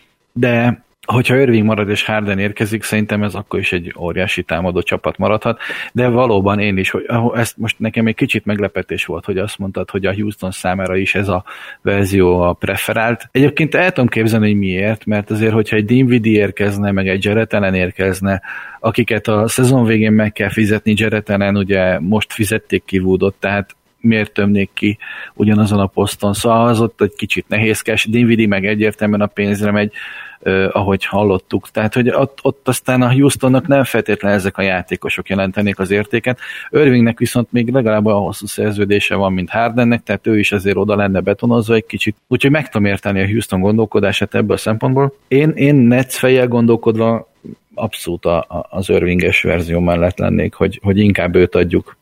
de hogyha Irving marad és Harden érkezik, szerintem ez akkor is egy óriási támadó csapat maradhat, de valóban én is, hogy ezt most nekem egy kicsit meglepetés volt, hogy azt mondtad, hogy a Houston számára is ez a verzió a preferált. Egyébként el tudom képzelni, hogy miért, mert azért, hogyha egy Dinwiddie érkezne, meg egy Jarrett Allen érkezne, akiket a szezon végén meg kell fizetni, Jarrett Allen ugye most fizették ki Woodot, tehát miért tömnék ki ugyanazon a poszton, szóval az ott egy kicsit nehézkes, Dinwiddie meg egyértelműen a pénzre megy, ahogy hallottuk. Tehát, hogy ott aztán a Houstonnak nem feltétlenül ezek a játékosok jelentenék az értéket. Irvingnek viszont még legalább olyan hosszú szerződése van, mint Hardennek, tehát ő is azért oda lenne betonozva egy kicsit. Úgyhogy meg tudom érteni a Houston gondolkodását ebből a szempontból. Én Nets fejjel gondolkodva abszolút az Irvinges verzió mellett lennék, hogy inkább őt adjuk.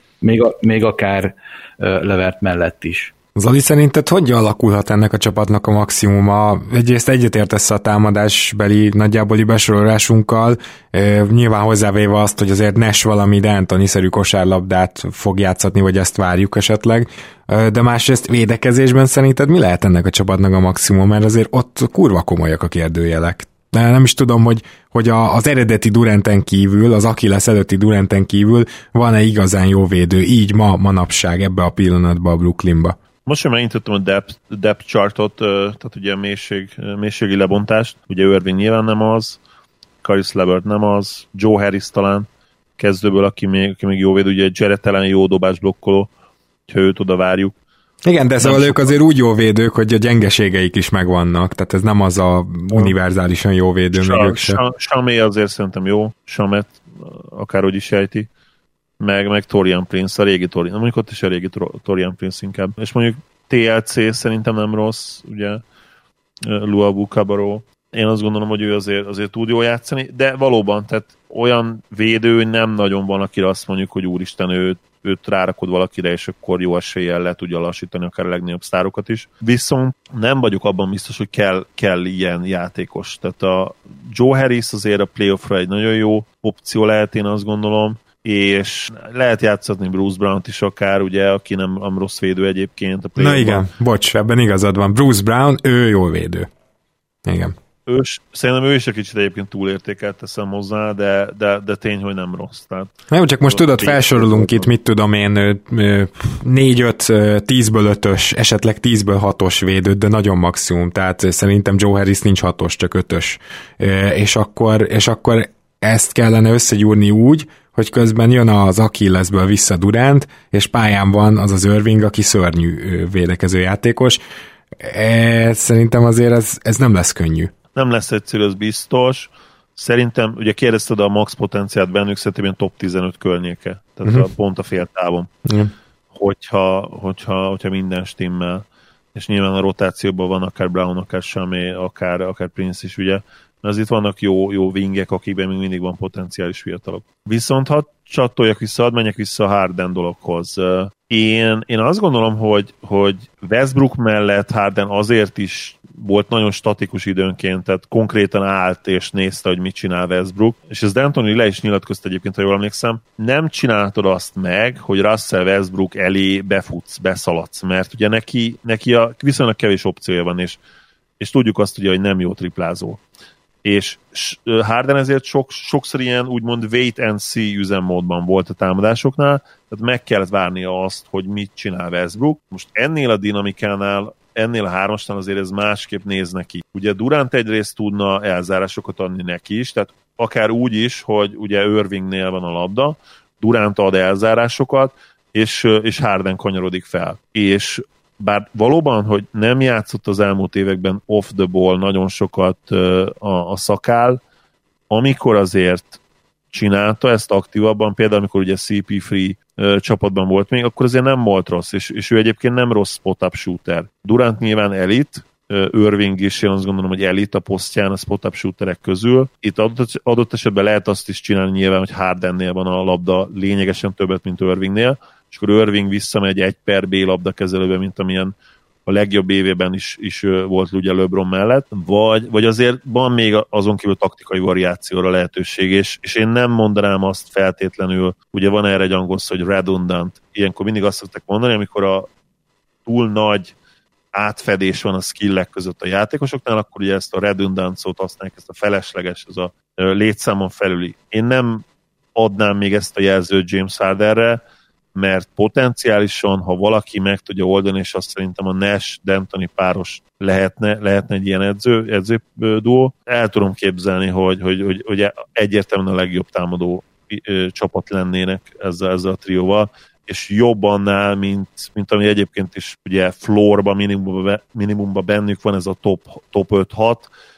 Még akár Levert mellett is. Zoli, szerinted hogy alakulhat ennek a csapatnak a maximuma? Egyrészt egyetértesz a támadásbeli nagyjáboli besorolásunkkal, nyilván hozzávéve azt, hogy azért Nash valami D'Antoni-szerű kosárlabdát fog játszatni, vagy ezt várjuk esetleg, de másrészt védekezésben szerinted mi lehet ennek a csapatnak a maximum? Mert azért ott kurva komolyak a kérdőjelek. De nem is tudom, hogy az eredeti Duranten kívül, az Achilles előtti Duranten kívül van-e igazán jó védő, így manapság ebbe a pillanatban a Brooklynba. Most sem megnyitottam a depth chartot, tehát ugye a mélységi lebontást, ugye Irving nyilván nem az, Caris LeVert nem az, Joe Harris talán kezdőből, aki még jó védő, ugye Jarrett Allen jó dobás blokkoló, ha őt oda várjuk. Igen, de szóval ők azért úgy jó védők, hogy a gyengeségeik is megvannak, tehát ez nem az a univerzálisan jó védő, még ők sem. Samé azért szerintem jó, Samet akárhogy is ejti, meg Torian Prince, a régi Torian, mondjuk ott is a régi Torian Prince inkább. És mondjuk TLC szerintem nem rossz, ugye Luavu Cabarro. Én azt gondolom, hogy ő azért tud jól játszani, de valóban, tehát olyan védő nem nagyon van, akire azt mondjuk, hogy úristen, őt rárakod valakire, és akkor jó eséllyel le tudja lassítani akár a legnagyobb sztárokat is. Viszont nem vagyok abban biztos, hogy kell ilyen játékos. Tehát a Joe Harris azért a playoffra egy nagyon jó opció lehet, én azt gondolom, és lehet játszatni Bruce Brown-t is akár, ugye, aki nem rossz védő egyébként. A na igen, bocs, ebben igazad van. Bruce Brown, ő jó védő. Igen. Szerintem ő is egy kicsit egyébként túlértékelt, teszem hozzá, de tény, hogy nem rossz. Tehát, nem, csak most tudod, felsorolunk itt, mit tudom én, 4-5, 10-ből 5-ös, esetleg 10-ből 6-os védőt, de nagyon maximum, tehát szerintem Joe Harris nincs 6-os, csak 5-ös. És akkor ezt kellene összegyúrni úgy, hogy közben jön az Achillesből vissza Durant, és pályán van az Irving, aki szörnyű védekező játékos. Szerintem azért ez nem lesz könnyű. Nem lesz egyszerű, az biztos. Szerintem, ugye kérdezted a max potenciált bennük, szerintem top 15 környéke. Tehát pont a féltávon. Hogyha minden stimmel. És nyilván a rotációban van akár Brown, akár Chamé, akár Prince is, ugye. Mert az itt vannak jó wingek, akikben még mindig van potenciális fiatalok. Viszont ha csatoljak vissza, menjek vissza a Harden dologhoz. Én azt gondolom, hogy Westbrook mellett Harden azért is volt nagyon statikus időnként, tehát konkrétan állt és nézte, hogy mit csinál Westbrook, és ez D'Antoni le is nyilatkozta egyébként, ha jól emlékszem, nem csináltad azt meg, hogy Russell Westbrook elé befutsz, beszaladsz, mert ugye neki a viszonylag kevés opciója van, és tudjuk azt ugye, hogy nem jó triplázó. És Harden ezért sokszor ilyen úgymond wait and see üzemmódban volt a támadásoknál, tehát meg kellett várnia azt, hogy mit csinál Westbrook. Most ennél a dinamikánál, ennél a hármasnál azért ez másképp néz neki. Ugye Durant egyrészt tudna elzárásokat adni neki is, tehát akár úgy is, hogy ugye Irvingnél van a labda, Durant ad elzárásokat, és Harden kanyarodik fel. És bár valóban, hogy nem játszott az elmúlt években off the ball nagyon sokat a szakál, amikor azért csinálta ezt aktívabban, például amikor ugye CP3 csapatban volt még, akkor azért nem volt rossz, és ő egyébként nem rossz spot-up shooter. Durant nyilván elit, Irving is, én azt gondolom, hogy elit a posztján a spot-up shooterek közül. Itt adott esetben lehet azt is csinálni nyilván, hogy Hardennél van a labda lényegesen többet, mint Irvingnél, és akkor Irving visszamegy 1 per B labdakezelőbe, mint amilyen a legjobb évében is volt ugye LeBron mellett, vagy azért van még azon kívül taktikai variációra lehetőség, és én nem mondanám azt feltétlenül, ugye van erre egy angol szó, hogy redundant. Ilyenkor mindig azt szokták mondani, amikor a túl nagy átfedés van a skillek között a játékosoknál, akkor ugye ezt a redundant szót használják, ezt a felesleges, ez a létszámon felüli. Én nem adnám még ezt a jelzőt James Hardenre, mert potenciálisan, ha valaki meg tudja oldani, és azt szerintem a Nash-D'Antoni páros lehetne egy ilyen edző duó, el tudom képzelni, hogy egyértelműen a legjobb támadó csapat lennének ezzel a trióval, és jobb annál, mint ami egyébként is ugye floorban, minimumban bennük van ez a top 5-6,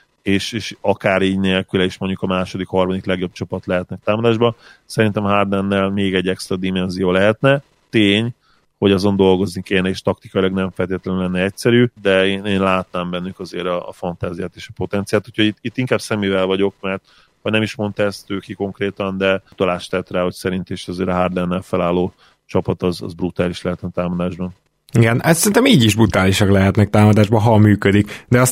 és akár így nélküle is mondjuk a második, harmadik legjobb csapat lehetnek támadásban. Szerintem Hardennel még egy extra dimenzió lehetne. Tény, hogy azon dolgozni kéne, és taktikailag nem feltétlenül lenne egyszerű, de én látnám bennük azért a fantáziát és a potenciát, úgyhogy itt inkább szemével vagyok, mert ha nem is mondta ezt ő ki konkrétan, de utalást tett rá, hogy szerint is azért a Hardennel felálló csapat az brutális lehetne támadásban. Igen, ez szerintem így is brutálisak lehetnek támadásban, ha működik. De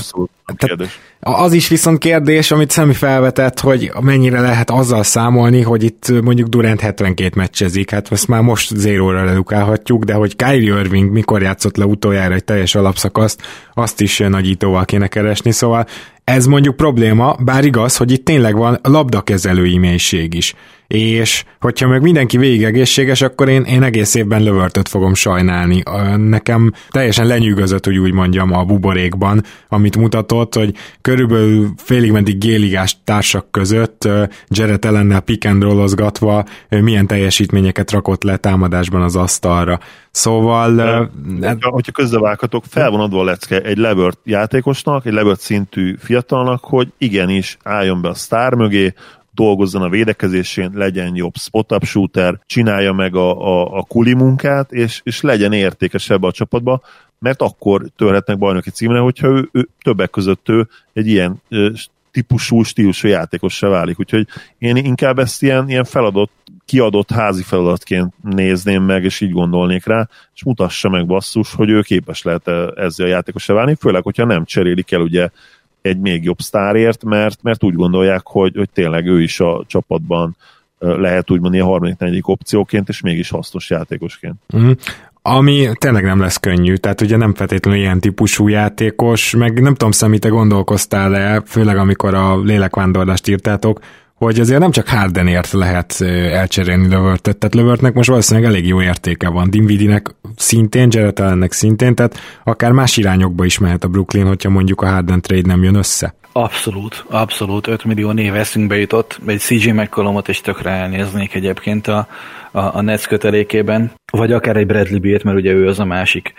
az is viszont kérdés, amit Szemi felvetett, hogy mennyire lehet azzal számolni, hogy itt mondjuk Durant 72 meccsezik, hát ezt már most 0-ra redukálhatjuk, de hogy Kyrie Irving mikor játszott le utoljára egy teljes alapszakaszt, azt is nagyítóval kéne keresni, szóval ez mondjuk probléma, bár igaz, hogy itt tényleg van labdakezelői mélység is. És hogyha meg mindenki végig egészséges, akkor én egész évben Levertet fogom sajnálni. Nekem teljesen lenyűgözött, hogy úgy mondjam, a buborékban, amit mutatott, hogy körülbelül félig meddig G-ligás társak között Jarrett Allennel pick and rollozgatva milyen teljesítményeket rakott le támadásban az asztalra. Szóval... hogyha közbevághatok, fel van adva a lecke egy Levert játékosnak, egy Levert szintű fiatalnak, hogy igenis álljon be a sztár mögé, dolgozzon a védekezésén, legyen jobb spot-up shooter, csinálja meg a kuli munkát, és legyen értékesebb a csapatba, mert akkor törhetnek bajnoki címre, hogyha ő többek között egy ilyen típusú, stílusú játékossá válik. Úgyhogy én inkább ezt ilyen kiadott házi feladatként nézném meg, és így gondolnék rá, és mutassa meg basszus, hogy ő képes lehet ezzel a játékossá válni, főleg, hogyha nem cserélik el ugye egy még jobb sztárért, mert úgy gondolják, hogy tényleg ő is a csapatban lehet úgymond ilyen harmadik, negyedik opcióként, és mégis hasznos játékosként. ami tényleg nem lesz könnyű, tehát ugye nem feltétlenül ilyen típusú játékos, meg nem tudom, Szemi, te gondolkoztál-e, főleg amikor a lélekvándorlást írtátok, hogy azért nem csak Hardenért lehet elcserélni Levertet, tehát Levertnek most valószínűleg elég jó értéke van, Dinwiddie-nek szintén, Jarrett Allennek szintén, tehát akár más irányokba is mehet a Brooklyn, hogyha mondjuk a Harden trade nem jön össze. Abszolút, 5 millió név eszünkbe jutott, egy CJ McCollumot is tökre elnéznék egyébként a Nets kötelékében, vagy akár egy Bradley Bealt, mert ugye ő az a másik,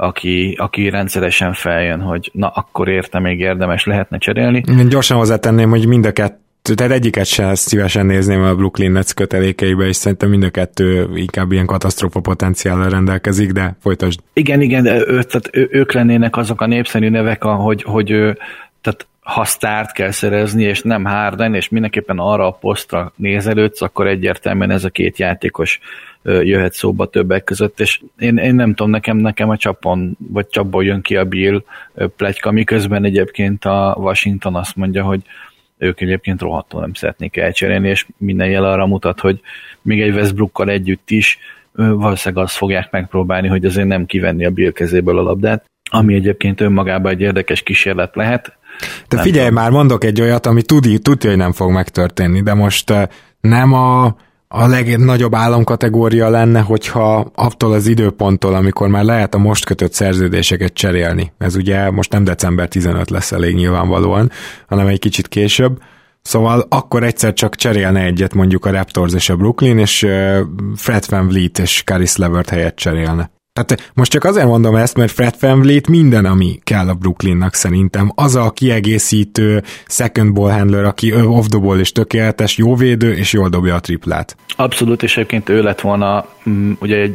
aki rendszeresen feljön, hogy na, akkor érte még érdemes lehetne cserélni. Én gyorsan hozzátenném, hogy mind a kettő, tehát egyiket sem szívesen nézném a Brooklyn Nets kötelékeibe, és szerintem mind a kettő inkább ilyen katasztrófa potenciállal rendelkezik, de folytasd. Igen, de ők lennének azok a népszerű nevek, hogy tehát ha sztárt kell szerezni, és nem Harden, és mindenképpen arra a posztra nézelődsz, akkor egyértelműen ez a két játékos jöhet szóba többek között, és én nem tudom, nekem a csapon, vagy csapból jön ki a Bill pletyka, miközben egyébként a Washington azt mondja, hogy ők egyébként rohadtul nem szeretnék elcserélni, és minden jel arra mutat, hogy még egy Westbrookkal együtt is valószínűleg azt fogják megpróbálni, hogy azért nem kivenni a Bill kezéből a labdát, ami egyébként önmagában egy érdekes kísérlet lehet. De figyelj már, mondok egy olyat, ami tudja, hogy nem fog megtörténni, de most nem a legnagyobb államkategória lenne, hogyha attól az időponttól, amikor már lehet a most kötött szerződéseket cserélni. Ez ugye most nem december 15 lesz elég nyilvánvalóan, hanem egy kicsit később. Szóval akkor egyszer csak cserélne egyet mondjuk a Raptors és a Brooklyn, és Fred VanVleet és Caris LeVert helyett cserélne. Tehát most csak azért mondom ezt, mert Fred VanVleet minden, ami kell a Brooklynnak szerintem. Az a kiegészítő second ball handler, aki off the ball is tökéletes, jó védő, és jól dobja a triplát. Abszolút, és egyébként ő lett volna ugye egy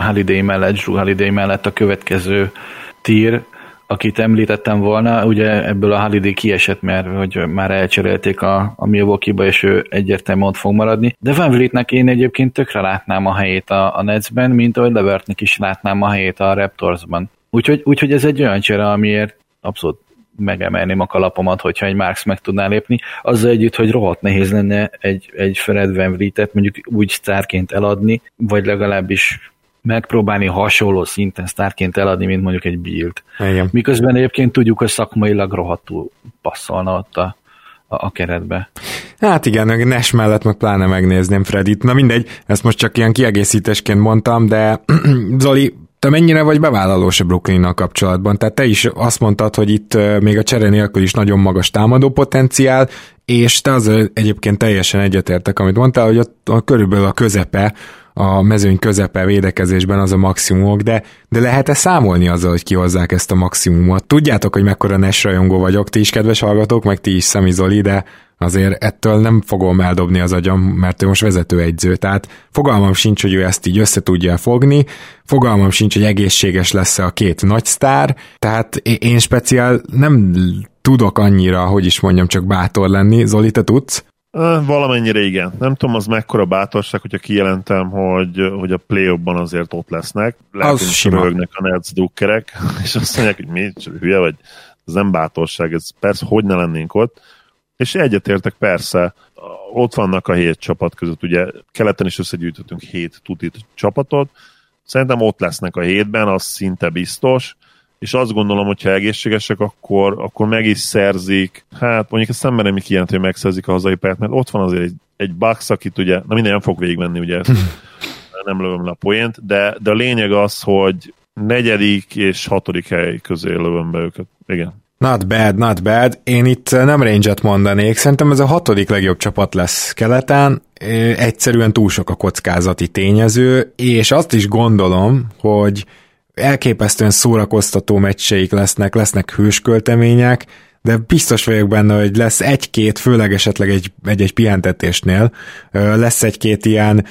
Drew Holiday mellett a következő tier, akit említettem volna, ugye ebből a Holiday kiesett, mert hogy már elcserélték a Milwaukee-ba, és ő egyértelműen ott fog maradni. De VanVleetnek én egyébként tökre látnám a helyét a Netsben, mint ahogy Levertnek is látnám a helyét a Raptorsban. Úgyhogy ez egy olyan csere, amiért abszolút megemelném a kalapomat, hogyha egy Marks meg tudná lépni. Azzal együtt, hogy rohadt nehéz lenne egy Fred VanVleetet mondjuk úgy sztárként eladni, vagy legalábbis megpróbálni hasonló szinten sztárként eladni, mint mondjuk egy Bilt. Miközben egyébként tudjuk, hogy szakmailag rohadtul passzolna ott a keretbe. Hát igen, Nash mellett meg pláne megnézném Fredit. Na mindegy, ezt most csak ilyen kiegészítésként mondtam, de Zoli, te mennyire vagy bevállalós a Brooklynnal kapcsolatban? Tehát te is azt mondtad, hogy itt még a csere nélkül is nagyon magas támadó potenciál, és te az egyébként teljesen egyetértek, amit mondtál, hogy ott körülbelül a közepe, a mezőny közepe védekezésben az a maximumok, de lehet-e számolni azzal, hogy kihozzák ezt a maximumot? Tudjátok, hogy mekkora Nash rajongó vagyok, ti is, kedves hallgatók, meg ti is, Szemi Zoli, de azért ettől nem fogom eldobni az agyam, mert ő most vezetőegyző, tehát fogalmam sincs, hogy ő ezt így össze tudja fogni, fogalmam sincs, hogy egészséges lesz-e a két nagy sztár, tehát én speciál nem tudok annyira, hogy is mondjam, csak bátor lenni. Zoli, te tudsz? Valamennyire igen. Nem tudom, az mekkora bátorság, hogyha kijelentem, hogy a play-offban azért ott lesznek. Lehet, hogy röhögnek a Nets drukkerek, és azt mondják, hogy mi, hülye vagy, ez nem bátorság, ez persze, hogy ne lennénk ott. És egyetértek, persze, ott vannak a 7 csapat között, ugye keleten is összegyűjtöttünk 7 tutit csapatot, szerintem ott lesznek a 7-ben, az szinte biztos, és azt gondolom, hogyha egészségesek, akkor meg is szerzik, hát mondjuk ezt nem merem kijelenteni, hogy megszerzik a hazai pályát, mert ott van azért egy Bucks, akit ugye, na minden nem fog végigmenni, ugye ezt nem lövöm le a poént, de a lényeg az, hogy 4. és 6. hely közé lövöm be őket. Igen. Not bad. Én itt nem range-et mondanék, szerintem ez a 6. legjobb csapat lesz keleten, egyszerűen túl sok a kockázati tényező, és azt is gondolom, hogy elképesztően szórakoztató meccseik lesznek hősköltemények, de biztos vagyok benne, hogy lesz egy-két, főleg esetleg egy pihentetésnél, lesz egy-két ilyen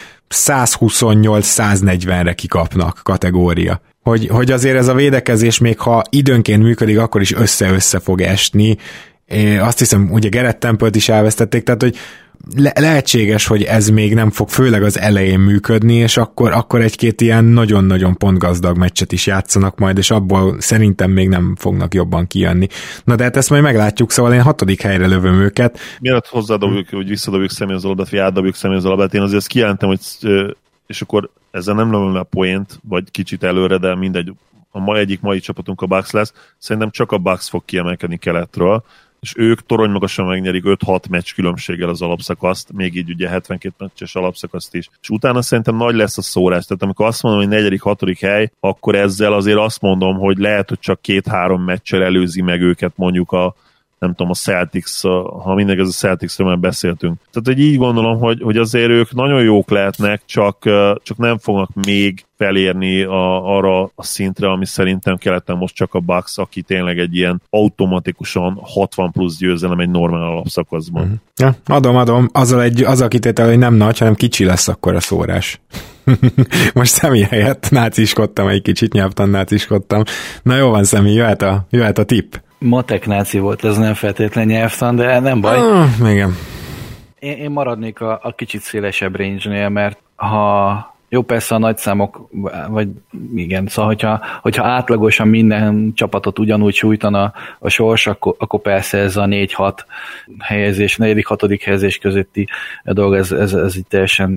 128-140-re kikapnak kategória. Hogy azért ez a védekezés, még ha időnként működik, akkor is össze-össze fog esni. Azt hiszem, ugye Garrett Temple-t is elvesztették, tehát hogy lehetséges, hogy ez még nem fog főleg az elején működni, és akkor egy-két ilyen nagyon-nagyon pontgazdag meccset is játszanak majd, és abból szerintem még nem fognak jobban kijönni. Na de hát ezt majd meglátjuk, szóval én 6. helyre lövöm őket. Mielőtt hozzádobjuk, hogy visszadobjuk Személyzolabát, vagy átdobjuk Személyzolabát, én azért ezt kijelentem, hogy és akkor ezzel nem lövöm le a poént, vagy kicsit előre, de mindegy, egyik mai csapatunk a Bucks lesz, szerintem csak a Bucks fog kiemelkedni keletről, és ők toronymagasan megnyerik 5-6 meccs különbséggel az alapszakaszt, még így ugye 72 meccses alapszakaszt is. És utána szerintem nagy lesz a szórás. Tehát amikor azt mondom, hogy 4.-6. hely, akkor ezzel azért azt mondom, hogy lehet, hogy csak 2-3 meccsel előzi meg őket mondjuk nem tudom, a Celtics, ha mindegy, ez a Celticsről már beszéltünk. Tehát, hogy így gondolom, hogy azért ők nagyon jók lehetnek, csak nem fognak még felérni arra a szintre, ami szerintem keleten most csak a Bucks, aki tényleg egy ilyen automatikusan 60 plusz győzelem egy normál alapszakaszban. Uh-huh. Ja, adom. Azzal kitétel, hogy nem nagy, hanem kicsi lesz akkor a szórás. Most Szemi helyett náciskodtam egy kicsit, nyelvtan náciskodtam. Na jó van, Szemi, jöhet a tipp. Matek náci volt, ez nem feltétlen nyelvtan, de nem baj. Igen. Én maradnék a kicsit szélesebb range-nél, mert ha jó, persze a nagyszámok, vagy igen, szóval hogyha átlagosan minden csapatot ugyanúgy sújtana a sors, akkor persze ez a 4-6 helyezés, 4.-6. helyezés közötti dolog, ez így teljesen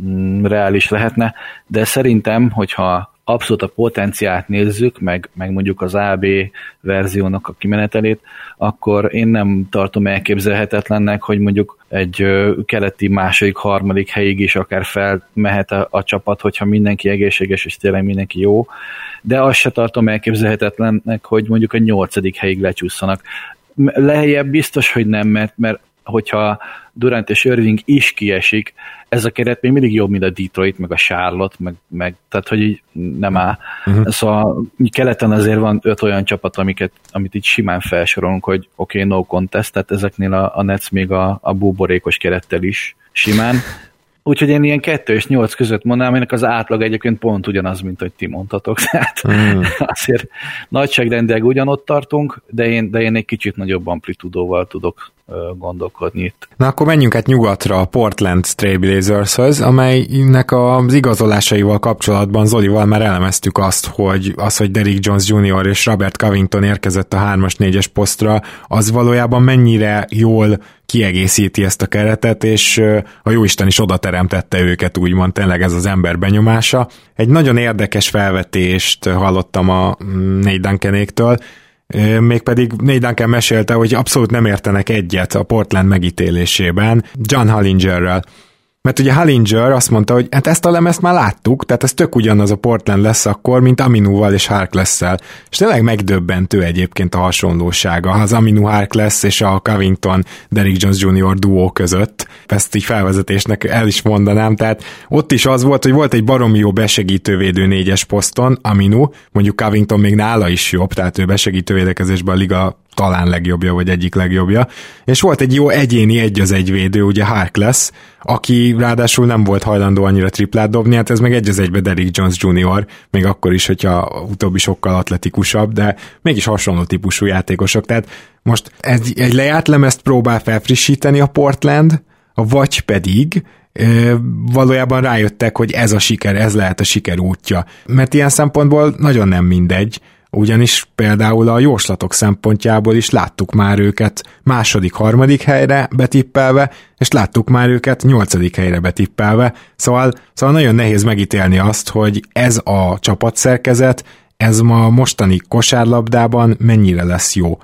reális lehetne, de szerintem, hogyha abszolút a potenciált nézzük, meg mondjuk az AB verziónak a kimenetelét, akkor én nem tartom elképzelhetetlennek, hogy mondjuk egy keleti második, harmadik helyig is akár felmehet a csapat, hogyha mindenki egészséges és tényleg mindenki jó, de azt se tartom elképzelhetetlennek, hogy mondjuk a 8. helyig lecsúszanak. Lejjebb biztos, hogy nem, mert hogyha Durant és Irving is kiesik, ez a keret még mindig jobb, mint a Detroit, meg a Charlotte, meg tehát, hogy így nem áll. Uh-huh. Szóval keleten azért van 5 olyan csapat, amit így simán felsorolunk, hogy oké, no contest, tehát ezeknél a Nets még a búborékos kerettel is simán. Úgyhogy én ilyen 2 és 8 között mondanám, ennek az átlag egyébként pont ugyanaz, mint hogy ti mondtatok. Tehát azért nagyságrendileg ugyanott tartunk, de én egy kicsit nagyobb amplitudóval tudok gondolkodni itt. Na akkor menjünk át nyugatra a Portland Trail Blazershöz, amelynek az igazolásaival kapcsolatban Zolival már elemeztük azt, hogy Derrick Jones Jr. és Robert Covington érkezett a 3-as, 4-es posztra, az valójában mennyire jól kiegészíti ezt a keretet, és a jóisten is oda teremtette őket, úgymond, tényleg ez az ember benyomása. Egy nagyon érdekes felvetést hallottam a Nate Duncanéktől, mégpedig Nate Duncan mesélte, hogy abszolút nem értenek egyet a Portland megítélésében John Hollingerrel. Mert ugye Hollinger azt mondta, hogy hát ezt a lemezt már láttuk, tehát ez tök ugyanaz a Portland lesz akkor, mint Aminuval és Harkless-szel. És tényleg megdöbbentő egyébként a hasonlósága az Aminu Harkless és a Covington Derrick Jones Jr. duó között. Ezt így felvezetésnek el is mondanám, tehát ott is az volt, hogy volt egy baromi jó besegítővédő 4-es poszton, Aminu, mondjuk Covington még nála is jobb, tehát ő besegítővédekezésben a liga talán legjobbja, vagy egyik legjobbja, és volt egy jó egyéni 1-1 védő, ugye Harkless, aki ráadásul nem volt hajlandó annyira triplát dobni, hát ez meg 1-1-be Derrick Jones Jr., még akkor is, hogyha utóbbi sokkal atletikusabb, de mégis hasonló típusú játékosok, tehát most egy lejárt lemezt próbál felfrissíteni a Portland, vagy pedig valójában rájöttek, hogy ez a siker, ez lehet a siker útja, mert ilyen szempontból nagyon nem mindegy, ugyanis például a jóslatok szempontjából is láttuk már őket második, harmadik helyre betippelve, és láttuk már őket 8. helyre betippelve, szóval nagyon nehéz megítélni azt, hogy ez a csapatszerkezet, ez ma mostani kosárlabdában mennyire lesz jó.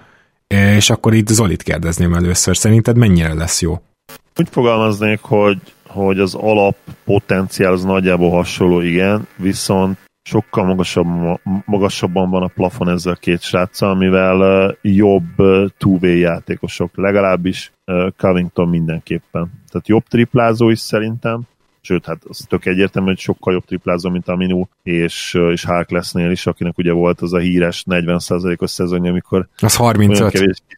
És akkor itt Zolit kérdezném először, szerinted mennyire lesz jó? Úgy fogalmaznék, hogy az alappotenciál az nagyjából hasonló, igen, viszont sokkal magasabban van a plafon ezzel a két sráccal, mivel jobb two-way játékosok, legalábbis Covington mindenképpen. Tehát jobb triplázó is szerintem, sőt, hát az tök egyértelmű, hogy sokkal jobb triplázó, mint Aminu és Harklessnél is, akinek ugye volt az a híres 40%-os szezonja, amikor... Az 35.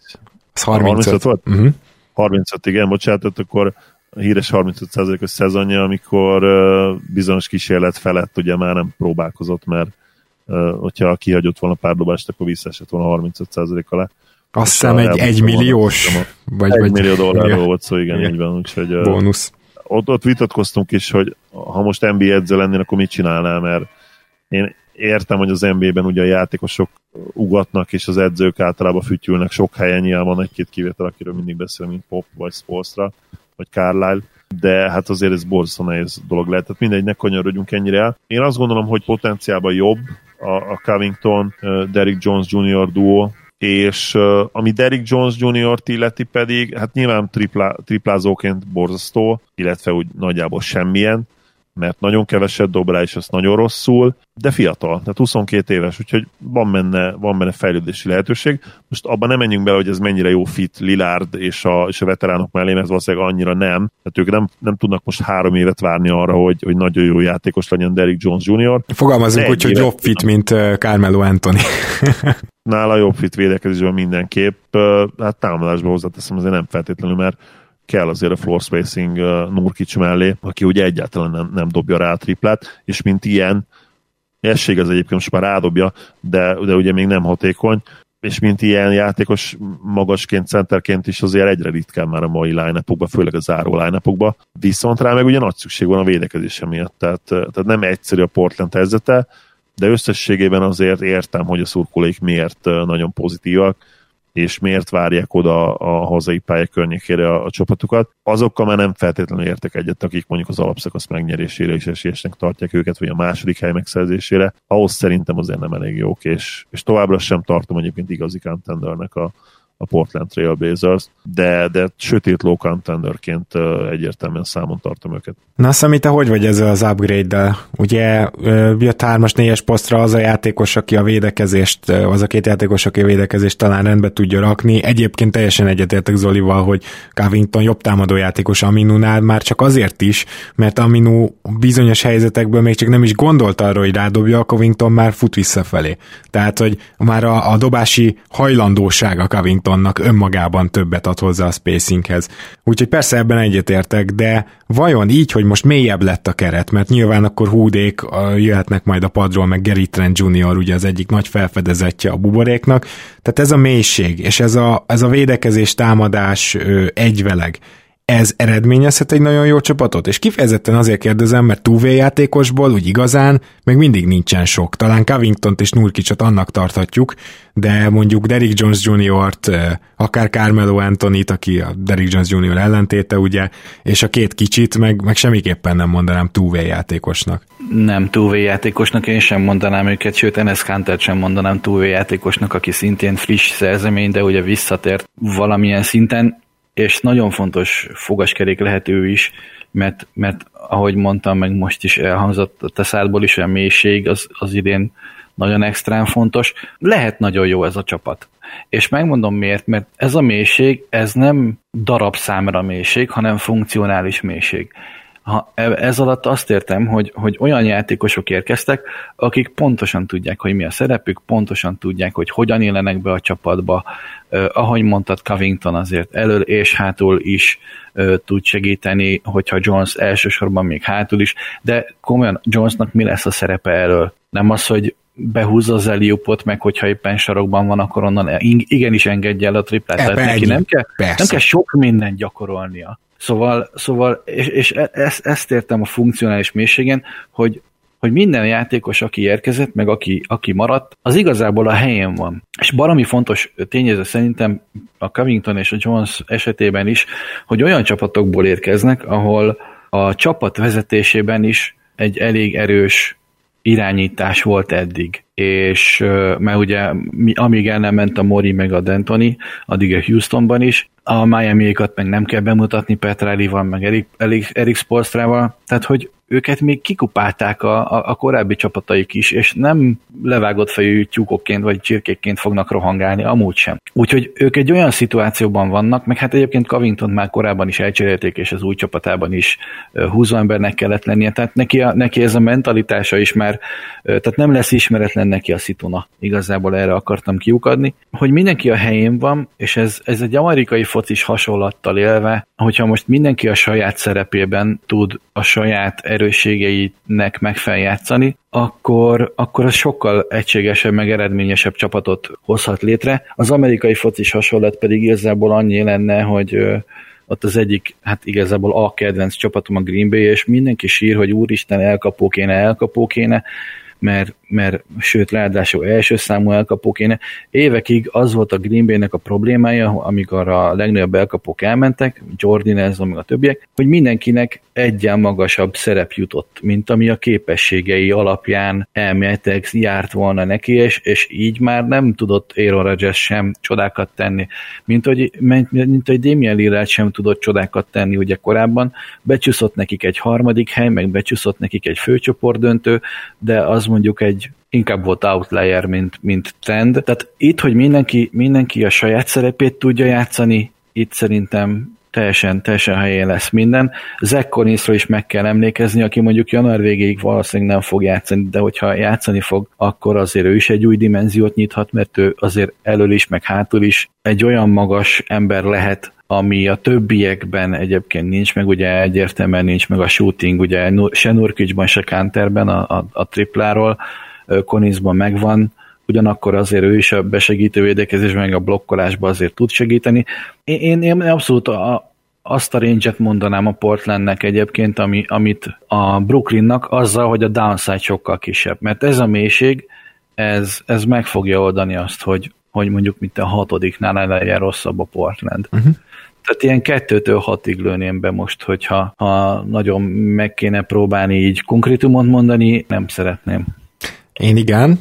Az 35 volt? Uh-huh. 35, igen, bocsánat, akkor a híres 35%-os szezonja, amikor bizonyos kísérlet felett ugye már nem próbálkozott, mert hogyha kihagyott volna pár dobást, akkor visszaesett volna 35% alá. Azt hiszem egy milliós, vagy $1 millió volt szó, igen, így van. Úgyhogy, bónusz. Ott vitatkoztunk is, hogy ha most NBA edző lennél, akkor mit csinálnál, mert én értem, hogy az NBA-ben ugye a játékosok ugatnak, és az edzők általában fütyülnek sok helyen, nyilván van egy-két kivétel, akiről mindig beszél, mint Pop, vagy Spoelstra, vagy Carlisle, de hát azért ez borzasztó nehéz dolog lehet. Tehát mindegy, ne kanyarodjunk ennyire el. Én azt gondolom, hogy potenciálban jobb a Covington, Derrick Jones Jr. duó, és ami Derrick Jones Jr.-t illeti pedig, hát nyilván triplázóként borzasztó, illetve úgy nagyjából semmilyen, mert nagyon keveset dob rá, és az nagyon rosszul, de fiatal, tehát 22 éves, úgyhogy van benne fejlődési lehetőség. Most abban nem menjünk bele, hogy ez mennyire jó fit Lillard és a veteránok mellé, mert valószínűleg annyira nem. Tehát ők nem tudnak most 3 évet várni arra, hogy nagyon jó játékos legyen Derrick Jones Jr. Fogalmazunk úgy, hogy jobb fit, mint Carmelo Anthony. Nála jobb fit védekezésben mindenképp. Hát támadásban hozzáteszem, azért nem feltétlenül, mert kell azért a floor spacing Nurkic mellé, aki ugye egyáltalán nem dobja rá a triplát, és mint ilyen, esség az egyébként most már rádobja, de ugye még nem hatékony, és mint ilyen játékos magasként, centerként is azért egyre ritkán már a mai line-upokba, főleg a záró line-upokba, viszont rá meg ugye nagy szükség van a védekezése miatt, tehát nem egyszerű a Portland helyzete, de összességében azért értem, hogy a szurkolóik miért nagyon pozitívak, és miért várják oda a hazai pálya környékére a csapatokat. Azokkal már nem feltétlenül értek egyet, akik mondjuk az alapszakasz megnyerésére is esélyesnek tartják őket, vagy a második hely megszerzésére. Ahhoz szerintem azért nem elég jók, és továbbra sem tartom egyébként igazi contendernek a Portland Trail Blazers, de sötét low contenderként egyértelműen számon tartom őket. Na Szami, te hogy vagy ezzel az upgrade-del? Ugye jött 3-as, 4-es posztra az a játékos, aki a védekezést, az a 2 játékos, aki a védekezést talán rendbe tudja rakni. Egyébként teljesen egyetértek Zolival, hogy Covington jobb támadójátékos Aminunál, már csak azért is, mert Aminu bizonyos helyzetekből még csak nem is gondolt arra, hogy rádobja, a Covington már fut visszafelé. Tehát, hogy már a dobási hajlandósága Covingtonnak önmagában többet ad hozzá a spacinghez. Úgyhogy persze ebben egyetértek, de vajon így, hogy most mélyebb lett a keret, mert nyilván akkor Húdék jöhetnek majd a padról, meg Gary Trent Jr. ugye az egyik nagy felfedezetje a buboréknak, tehát ez a mélység, és ez a védekezés, támadás egyveleg, ez eredményezhet egy nagyon jó csapatot? És kifejezetten azért kérdezem, mert 2V játékosból úgy igazán még mindig nincsen sok. Talán Covingtont és Nurkicot annak tarthatjuk, de mondjuk Derrick Jones Jr.-t, akár Carmelo Anthony-t, aki a Derrick Jones Jr. ellentéte, ugye, és a 2 kicsit meg semmiképpen nem mondanám 2V játékosnak. Nem 2V játékosnak, én sem mondanám őket, sőt Enes Kantert sem mondanám 2V játékosnak, aki szintén friss szerzemény, de ugye visszatért valamilyen szinten, és nagyon fontos fogaskerék lehet ő is, mert ahogy mondtam, meg most is elhangzott a te szádból is, a mélység az idén nagyon extrán fontos. Lehet nagyon jó ez a csapat. És megmondom miért, mert ez a mélység, ez nem darabszámra mélység, hanem funkcionális mélység. Ez alatt azt értem, hogy olyan játékosok érkeztek, akik pontosan tudják, hogy mi a szerepük, pontosan tudják, hogy hogyan élenek be a csapatba. Ahogy mondtad, Covington azért elől és hátul is tud segíteni, hogyha Jones elsősorban még hátul is, de komolyan Jonesnak mi lesz a szerepe elől? Nem az, hogy behúzza az eliupot, meg hogyha éppen sarokban van, akkor onnan igenis engedje el a triplát. Tehát neki nem kell sok mindent gyakorolnia. Szóval és ezt értem a funkcionális mélységen, hogy minden játékos, aki érkezett, meg aki maradt, az igazából a helyén van. És baromi fontos tényező szerintem a Covington és a Jones esetében is, hogy olyan csapatokból érkeznek, ahol a csapat vezetésében is egy elég erős irányítás volt eddig. És mert ugye amíg el nem ment a Mori meg a D'Antoni, addig a Houstonban is, a Miami-ékat meg nem kell bemutatni Petrellival, meg Erik Spoelstrával, tehát hogy őket még kikupálták a korábbi csapataik is, és nem levágott fejű tyúkokként vagy csirkékként fognak rohangálni, amúgy sem. Úgyhogy ők egy olyan szituációban vannak, meg hát egyébként Covingtont már korábban is elcserélték, és az új csapatában is húzóembernek kellett lennie, tehát neki ez a mentalitása is már, tehát nem lesz ismeretlen neki a szituna. Igazából erre akartam kiukadni, hogy mindenki a helyén van, és ez egy amerikai focis hasonlattal élve, hogyha most mindenki a saját szerepében tud a saját erősségeinek megfeljátszani, akkor az sokkal egységesebb, meg eredményesebb csapatot hozhat létre. Az amerikai focis hasonlat pedig igazából annyi lenne, hogy ott az egyik, hát igazából a kedvenc csapatom a Green Bay, és mindenki sír, hogy úristen, elkapó kéne, mert sőt, ráadásul első számú elkapó kéne. Évekig az volt a Green Bay-nek a problémája, amikor a legnagyobb elkapók elmentek, Jordan, meg a többiek, hogy mindenkinek egyen magasabb szerep jutott, mint ami a képességei alapján elméletek járt volna neki, és így már nem tudott Aaron Rodgers sem csodákat tenni, mint hogy Damian Lillard sem tudott csodákat tenni ugye korábban, becsúszott nekik egy harmadik hely, meg becsúszott nekik egy főcsoportdöntő, de az mondjuk inkább volt outlier, mint trend. Tehát itt, hogy mindenki a saját szerepét tudja játszani, itt szerintem teljesen helyén lesz minden. Zach Collinsról is meg kell emlékezni, aki mondjuk január végéig valószínűleg nem fog játszani, de hogyha játszani fog, akkor azért ő is egy új dimenziót nyithat, mert ő azért elől is, meg hátul is egy olyan magas ember lehet, ami a többiekben egyébként nincs, meg ugye egyértelműen nincs meg a shooting, ugye se Nurkićban, se Kanterben a tripláról, Collinsban megvan, ugyanakkor azért ő is a besegítő védekezésben, meg a blokkolásban azért tud segíteni. Én abszolút azt a range-et mondanám a Portlandnek egyébként, amit a Brooklynnak, azzal, hogy a downside sokkal kisebb. Mert ez a mélység, ez meg fogja oldani azt, hogy mondjuk mint a 6-nál legyen rosszabb a Portland. Uh-huh. Tehát ilyen 2-től 6-ig lőném be most, hogyha nagyon meg kéne próbálni így konkrétumot mondani, nem szeretném. Én igen,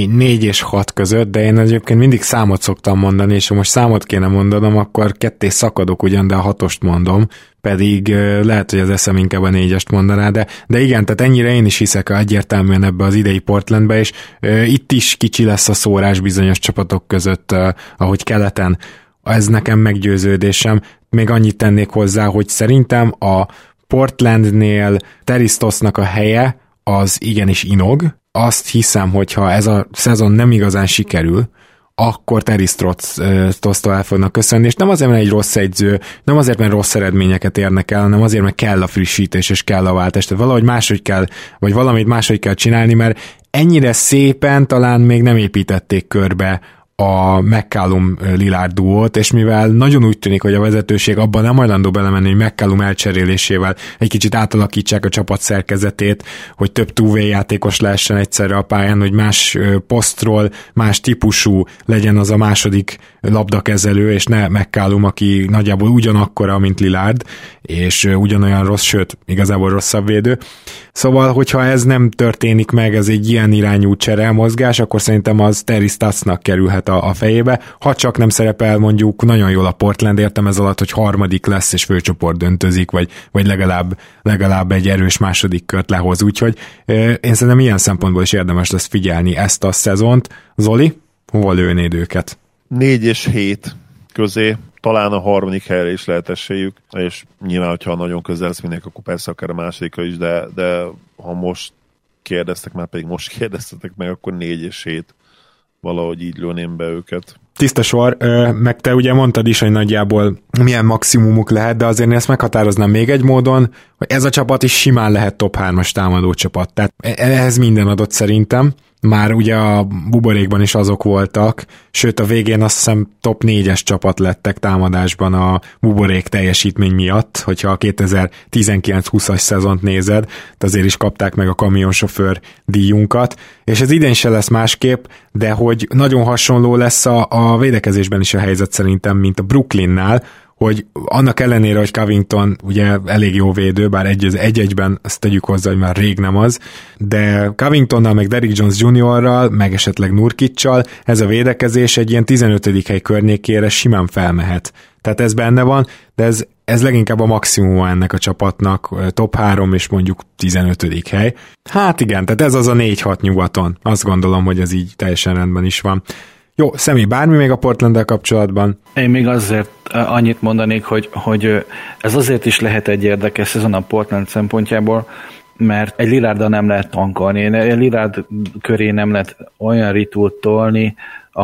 4 és 6 között, de én egyébként mindig számot szoktam mondani, és ha most számot kéne mondanom, akkor ketté szakadok ugyan, de a 6-ost mondom, pedig lehet, hogy az eszem inkább a 4-est mondaná, de igen, tehát ennyire én is hiszek egyértelműen ebbe az idei Portlandbe, és itt is kicsi lesz a szórás bizonyos csapatok között, ahogy keleten. Ez nekem meggyőződésem. Még annyit tennék hozzá, hogy szerintem a Portlandnél Terry Stottsnak a helye az igenis inog. Azt hiszem, hogyha ez a szezon nem igazán sikerül, akkor Terry Stotts-tól el fognak köszönni, és nem azért, mert egy rossz egyző, nem azért, mert rossz eredményeket érnek el, hanem azért, mert kell a frissítés, és kell a váltás, tehát valahogy máshogy kell, vagy valamit máshogy kell csinálni, mert ennyire szépen talán még nem építették körbe a McCallum Lillard duót, és mivel nagyon úgy tűnik, hogy a vezetőség abban nem hajlandó belemenni, hogy McCallum elcserélésével egy kicsit átalakítsák a csapat szerkezetét, hogy több two-way játékos lehessen egyszerre a pályán, hogy más posztról, más típusú legyen az a második labdakezelő, és ne McCallum, aki nagyjából ugyanakkora, mint Lillard, és ugyanolyan rossz, sőt, igazából rosszabb védő. Szóval, hogyha ez nem történik meg, ez egy ilyen irányú cseremozgás, akkor szerintem az Terry Stottsnak kerülhet a fejébe. Ha csak nem szerepel mondjuk nagyon jól a Portland, értem ez alatt, hogy harmadik lesz és főcsoport döntözik, vagy legalább egy erős második kört lehoz. Úgyhogy én szerintem ilyen szempontból is érdemes lesz figyelni ezt a szezont. Zoli, hova lőnéd őket? 4 és 7 közé, talán a harmadik helyre is lehet esélyük, és nyilván, hogyha nagyon közel lesz mindenki, akkor persze akár a másodikra is, de ha most kérdeztek, már pedig most kérdeztetek meg, akkor 4 és 7 valahogy így lőném be őket. Tiszta sor, meg te ugye mondtad is, hogy nagyjából milyen maximumuk lehet, de azért ezt meghatároznám még egy módon, hogy ez a csapat is simán lehet top 3-as támadó csapat. Tehát ehhez minden adott szerintem. Már ugye a buborékban is azok voltak, sőt a végén azt hiszem top 4-es csapat lettek támadásban a buborék teljesítmény miatt, hogyha a 2019-20-as szezont nézed, azért is kapták meg a kamionsofőr díjunkat, és ez idén se lesz másképp, de hogy nagyon hasonló lesz a védekezésben is a helyzet szerintem, mint a Brooklynnál, hogy annak ellenére, hogy Covington ugye elég jó védő, bár egy-egyben azt tegyük hozzá, hogy már rég nem az, de Covingtonnal, meg Derrick Jones Jr.-ral, meg esetleg Nurkićsal ez a védekezés egy ilyen 15. hely környékére simán felmehet. Tehát ez benne van, de ez leginkább a maximum ennek a csapatnak, top 3 és mondjuk 15. hely. Hát igen, tehát ez az a 4-6 nyugaton. Azt gondolom, hogy ez így teljesen rendben is van. Jó, Szemi, bármi még a Portlanddel kapcsolatban? Én még azért annyit mondanék, hogy ez azért is lehet egy érdekes szezon a Portland szempontjából, mert egy Lillarddal nem lehet tankolni. Egy Lillard köré nem lehet olyan ritult tolni,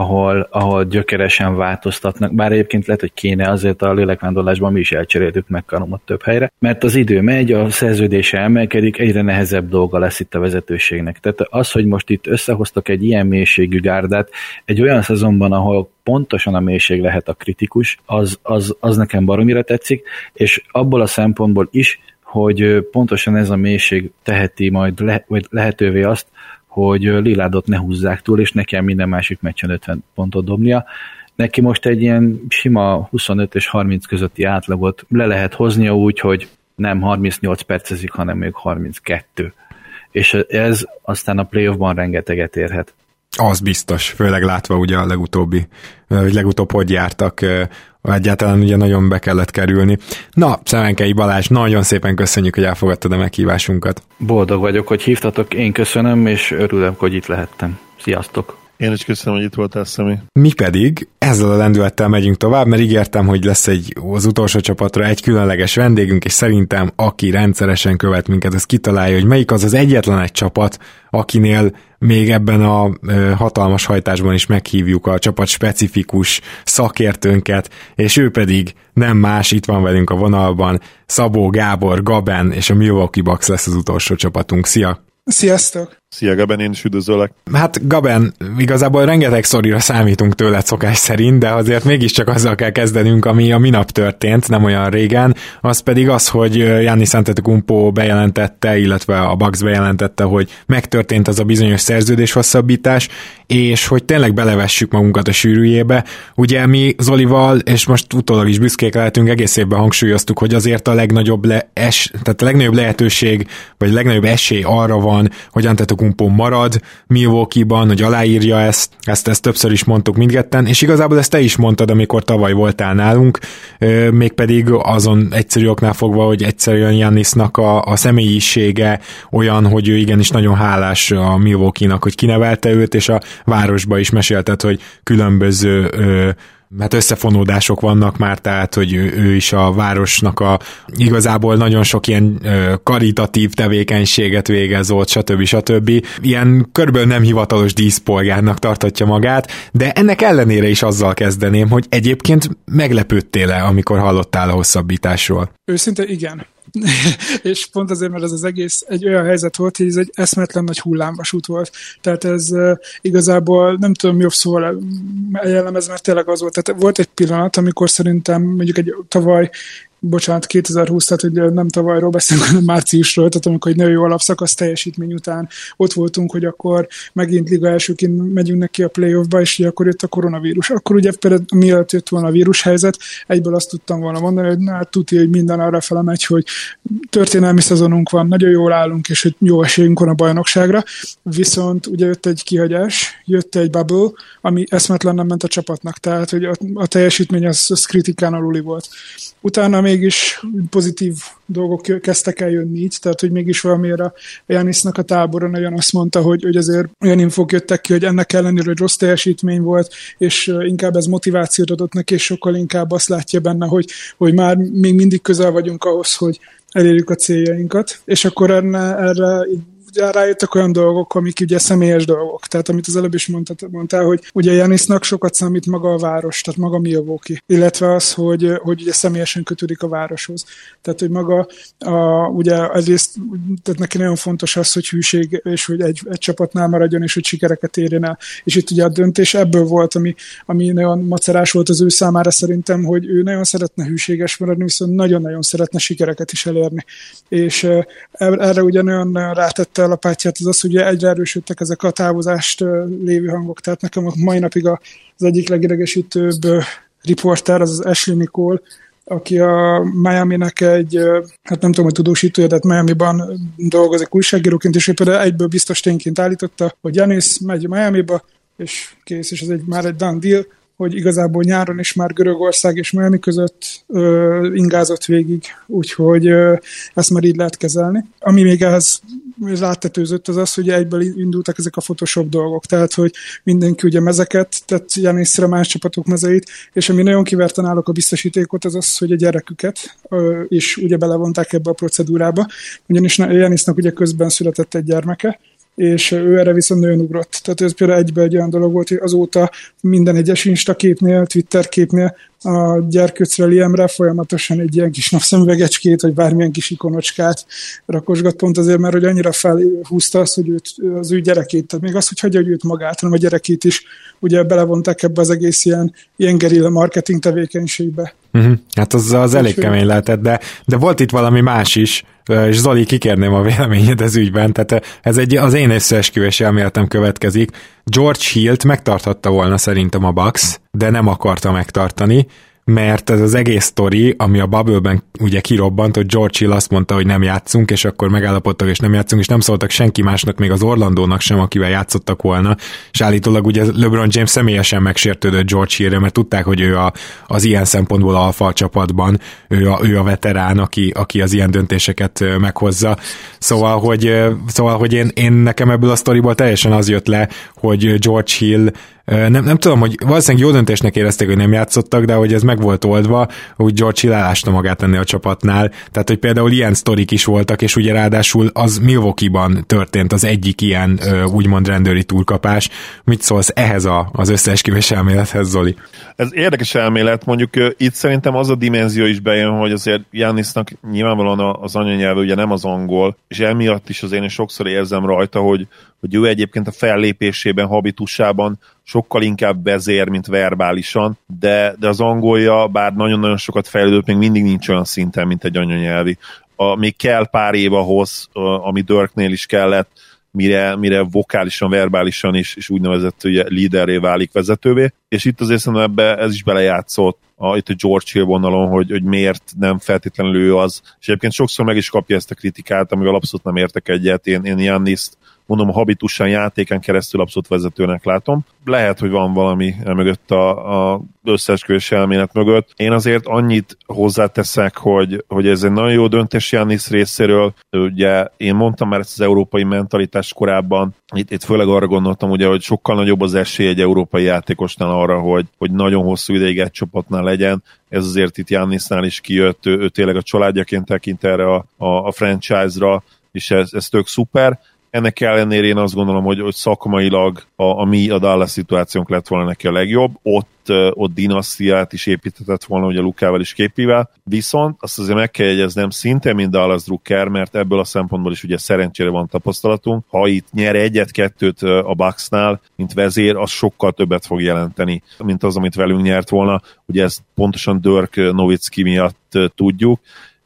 ahol gyökeresen változtatnak, bár egyébként lehet, hogy kéne, azért a lélekvándorlásban mi is elcseréltük McCallumot több helyre, mert az idő megy, a szerződése emelkedik, egyre nehezebb dolga lesz itt a vezetőségnek. Tehát az, hogy most itt összehoztak egy ilyen mélységű gárdát, egy olyan szezonban, ahol pontosan a mélység lehet a kritikus, az nekem baromira tetszik, és abból a szempontból is, hogy pontosan ez a mélység teheti majd vagy lehetővé azt, hogy Lillardot ne húzzák túl, és nekem minden másik meccsen 50 pontot dobnia. Neki most egy ilyen sima 25 és 30 közötti átlagot le lehet hoznia úgy, hogy nem 38 percezik, hanem még 32. És ez aztán a playoffban rengeteget érhet. Az biztos, főleg látva ugye a legutóbb hogy jártak, egyáltalán ugye nagyon be kellett kerülni. Na, Szemenkei Balázs, nagyon szépen köszönjük, hogy elfogadtad a meghívásunkat. Boldog vagyok, hogy hívtatok, én köszönöm, és örülök, hogy itt lehettem. Sziasztok! Én is köszönöm, hogy itt voltál, Szemi. Mi pedig ezzel a lendülettel megyünk tovább, mert ígértem, hogy lesz az utolsó csapatra egy különleges vendégünk, és szerintem aki rendszeresen követ minket, az kitalálja, hogy melyik az egyetlen egy csapat, akinél még ebben a hatalmas hajtásban is meghívjuk a csapat specifikus szakértőnket, és ő pedig nem más, itt van velünk a vonalban, Szabó Gábor, Gaben, és a Milwaukee Bucks lesz az utolsó csapatunk. Szia! Sziasztok! Szia, Gaben, én is üdvözöllek. Hát Gaben, igazából rengeteg szorira számítunk tőled szokás szerint, de azért mégiscsak azzal kell kezdenünk, ami a minap történt, nem olyan régen, az pedig az, hogy Giannis Antetokounmpo bejelentette, illetve a Bucks bejelentette, hogy megtörtént az a bizonyos szerződéshosszabbítás, és hogy tényleg belevessük magunkat a sűrűjébe. Ugye mi Zolival, és most utólag is büszkék lehetünk, egész évben hangsúlyoztuk, hogy azért a legnagyobb tehát a legnagyobb lehetőség, vagy a legnagyobb esély arra van, hogy Antetokounmpo marad Milwaukee-ban, hogy aláírja ezt többször is mondtuk mindketten, és igazából ezt te is mondtad, amikor tavaly voltál nálunk, mégpedig azon egyszerű oknál fogva, hogy egyszerűen Giannisnak a személyisége olyan, hogy ő igenis nagyon hálás a Milwaukee-nak, hogy kinevelte őt, és a városba is mesélted, hogy különböző összefonódások vannak már, tehát, hogy ő is a városnak igazából nagyon sok ilyen karitatív tevékenységet végez ott, stb. Ilyen körülbelül nem hivatalos díszpolgárnak tartatja magát, de ennek ellenére is azzal kezdeném, hogy egyébként meglepődtél-e, amikor hallottál a hosszabbításról? Őszinte igen. És pont azért, mert ez az egész egy olyan helyzet volt, hogy ez egy eszmetlen nagy hullámvasút volt. Tehát ez igazából nem tudom jobb szóval jellemez, mert tényleg az volt. Tehát volt egy pillanat, amikor szerintem mondjuk egy 2020, tehát hogy nem tavalyról beszélünk, hanem márciusról, tehát amikor egy nagyon jó alapszakasz teljesítmény után ott voltunk, hogy akkor megint liga elsőként megyünk neki a playoffba, és akkor jött a koronavírus. Akkor ugye például mielőtt jött volna a vírushelyzet, egyből azt tudtam volna mondani, hogy tuti, hogy minden arra fele megy, hogy történelmi szezonunk van, nagyon jól állunk, és hogy jó esélyünk van a bajnokságra, viszont ugye jött egy kihagyás, jött egy bubble, ami eszmetlen nem ment a csapatnak, tehát hogy a teljesítmény az kritikán aluli volt. Utána mégis pozitív dolgok kezdtek el jönni így, tehát hogy mégis valamiért a Giannisnak a tábora nagyon azt mondta, hogy azért olyan infók jöttek ki, hogy ennek ellenére, hogy rossz teljesítmény volt, és inkább ez motivációt adott neki, és sokkal inkább azt látja benne, hogy már még mindig közel vagyunk ahhoz, hogy elérjük a céljainkat, és akkor erre rájöttek olyan dolgok, amik ugye személyes dolgok. Tehát amit az előbb is mondtál, hogy ugye Giannisnak sokat számít maga a város, tehát maga Milwaukee, illetve az, hogy ugye személyesen kötődik a városhoz. Tehát, hogy maga ugye egyrészt, tehát neki nagyon fontos az, hogy hűség, és hogy egy csapatnál maradjon, és hogy sikereket érjen el. És itt ugye a döntés ebből volt, ami nagyon macerás volt az ő számára szerintem, hogy ő nagyon szeretne hűséges maradni, viszont nagyon-nagyon szeretne sikereket is elérni. És erre ugye nagyon rátette a lapátját az, hogy egyre erősödtek ezek a távozást lévő hangok. Tehát nekem a mai napig az egyik legidegesítőbb riporter, az Ashley Nicole, aki a Miami-nek egy, hát nem tudom, hogy tudósítója, de Miami-ban dolgozik újságíróként, és ő például egyből biztos tényként állította, hogy Giannis megy Miami-ba, és kész, és ez már egy done deal, hogy igazából nyáron is már Görögország és Miami között ingázott végig, úgyhogy ezt már így lehet kezelni. Ami még ehhez rátetőzött az, hogy egyből indultak ezek a Photoshop dolgok, tehát hogy mindenki ugye mezeket tett Giannisra, más csapatok mezeit, és ami nagyon kiverte náluk a biztosítékot, az, hogy a gyereküket is ugye belevonták ebbe a procedúrába, ugyanis Giannisnak ugye közben született egy gyermeke, és ő erre viszont nagyon ugrott. Tehát ez például egyben egy olyan dolog volt, hogy azóta minden egyes Insta képnél, Twitter képnél a gyerkőcre, Liamre folyamatosan egy ilyen kis napszemüvegecskét, vagy bármilyen kis ikonocskát rakosgat, pont azért, mert hogy annyira felhúzta azt, hogy az ő gyerekét, tehát még az, hogy hagyja, hogy őt magát, hanem a gyerekét is ugye belevonták ebbe az egész ilyen gerilla marketing tevékenységbe. Hát az elég kemény lehetett, de volt itt valami más is, és Zoli, kikérném a véleményed ez ügyben, tehát az én összeesküvés elméletem következik. George Hill-t megtarthatta volna szerintem a Bucks, de nem akarta megtartani, mert ez az egész sztori, ami a Bubble-ben ugye kirobbant, hogy George Hill azt mondta, hogy nem játszunk, és akkor megállapodtak, és nem játszunk, és nem szóltak senki másnak, még az Orlandónak sem, akivel játszottak volna, és állítólag ugye LeBron James személyesen megsértődött George Hillre, mert tudták, hogy ő az ilyen szempontból alfa a csapatban, ő a veterán, aki az ilyen döntéseket meghozza. Szóval, hogy én nekem ebből a sztoriból teljesen az jött le, hogy George Hill nem tudom, hogy valószínűleg jó döntésnek érezték, hogy nem játszottak, de hogy ez meg volt oldva, hogy George Hill elásta magát ennél a csapatnál. Tehát, hogy például ilyen sztorik is voltak, és ugye ráadásul az Milwaukee-ban történt az egyik ilyen úgymond rendőri túlkapás. Mit szólsz ehhez az összeesküvés elmélethez, Zoli? Ez érdekes elmélet, mondjuk itt szerintem az a dimenzió is bejön, hogy azért Giannisnak nyilvánvalóan az anyanyelve ugye nem az angol, és emiatt is azért én sokszor érzem rajta, hogy ő egyébként a fellépésében, habitusában sokkal inkább vezér, mint verbálisan, de az angolja, bár nagyon-nagyon sokat fejlődött, még mindig nincs olyan szinten, mint egy anyanyelvi. Még kell pár év ahhoz, ami Dirknél is kellett, mire vokálisan, verbálisan is úgynevezett ugye, líderré válik, vezetővé, és itt azért szerintem ebbe ez is belejátszott itt a George Hill vonalon, hogy miért nem feltétlenül ő az, és egyébként sokszor meg is kapja ezt a kritikát, amivel abszolút nem értek egyet, én Giannist mondom, a habitusan játéken keresztül abszolút vezetőnek látom. Lehet, hogy van valami mögött a összeesküvés elmélet mögött. Én azért annyit hozzáteszek, hogy ez egy nagyon jó döntés Giannis részéről. Ugye én mondtam már ezt az európai mentalitást korábban, itt főleg arra gondoltam, ugye, hogy sokkal nagyobb az esély egy európai játékosnál arra, hogy nagyon hosszú ideig egy csapatnál legyen. Ez azért itt Giannisnál is kijött, ő tényleg a családjaként tekint erre a franchise-ra, és ez tök szuper. Ennek ellenére én azt gondolom, hogy szakmailag a Dallas szituációnk lett volna neki a legjobb, ott dinasztiát is építhetett volna, ugye Lukával is képivel, viszont azt azért meg kell jegyeznem, szintén mint Dallas Drucker, mert ebből a szempontból is ugye szerencsére van tapasztalatunk, ha itt nyer egyet-kettőt a Bucksnál, mint vezér, az sokkal többet fog jelenteni, mint az, amit velünk nyert volna, ugye ezt pontosan Dirk Nowitzki miatt tudjuk,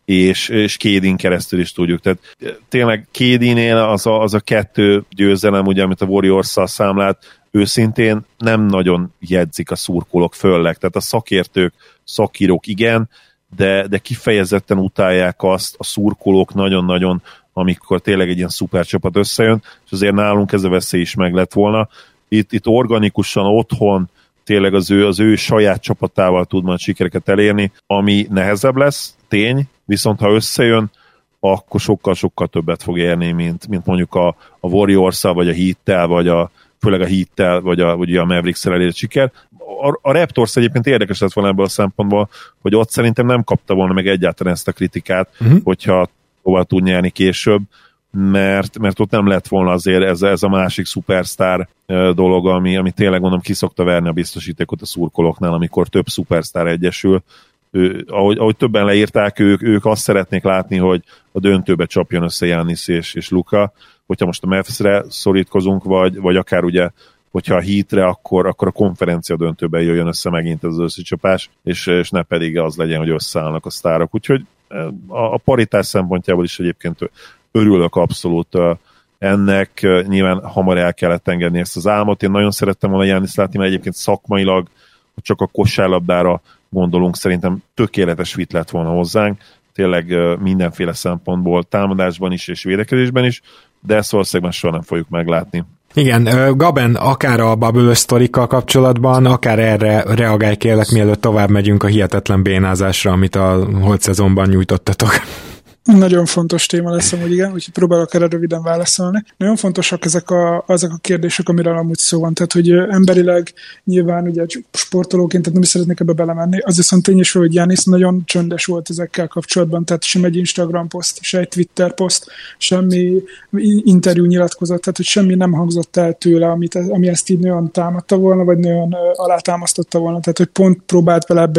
és KD-n keresztül is tudjuk. Tehát tényleg KD-nél az a 2 győzelem, ugye, amit a Warriors-szal számlált, őszintén nem nagyon jegyzik a szurkolók fölleg. Tehát a szakértők, szakírók igen, de kifejezetten utálják azt a szurkolók nagyon-nagyon, amikor tényleg egy ilyen szuper csapat összejön, és azért nálunk ez a veszély is meg lett volna. Itt organikusan otthon tényleg az ő saját csapatával tud majd sikereket elérni, ami nehezebb lesz, tény, viszont ha összejön, akkor sokkal-sokkal többet fog érni, mint mondjuk a Warriors-szal, vagy a Heat-tel, vagy főleg a Heat-tel, vagy a Mavericks-szel elért siker. A Raptors egyébként érdekes lett volna ebből a szempontból, hogy ott szerintem nem kapta volna meg egyáltalán ezt a kritikát, hogyha tovább tud nyerni később, mert ott nem lett volna azért ez a másik szupersztár dolog, ami tényleg mondom kiszokta verni a biztosítékot a szurkolóknál, amikor több szupersztár egyesül. Ahogy többen leírták, ők azt szeretnék látni, hogy a döntőbe csapjon össze Giannis és Luka, hogyha most a Mavs-re szorítkozunk, vagy akár ugye, hogyha a Heat-re, akkor a konferencia döntőben jöjjön össze megint az összecsapás, és ne pedig az legyen, hogy összeállnak a sztárok. Úgyhogy a paritás szempontjából is egyébként örülök abszolút ennek, nyilván hamar el kellett engedni ezt az álmot. Én nagyon szerettem volna Giannis látni, mert egyébként szakmailag csak a kosárlabdára gondolunk, szerintem tökéletes fit lett volna hozzánk, tényleg mindenféle szempontból, támadásban is és védekezésben is, de ezt valószínűleg soha nem fogjuk meglátni. Igen, Gaben, akár a bubble sztorikkal kapcsolatban, akár erre reagálj kérlek, mielőtt tovább megyünk a hihetetlen bénázásra, amit a holt szezonban nyújtottatok. Nagyon fontos téma lesz amúgy, igen, úgyhogy próbálok erre röviden válaszolni. Nagyon fontosak ezek a kérdések, amiről amúgy szó van, tehát hogy emberileg nyilván ugye sportolóként, tehát nem is szeretnék ebbe belemenni, az viszont tényes, hogy Giannis nagyon csöndes volt ezekkel kapcsolatban, tehát sem egy Instagram poszt, se egy Twitter poszt, semmi interjú nyilatkozat, tehát hogy semmi nem hangzott el tőle, ami ezt így nagyon támadta volna, vagy nagyon alátámasztotta volna, tehát hogy pont próbált vele ebbe így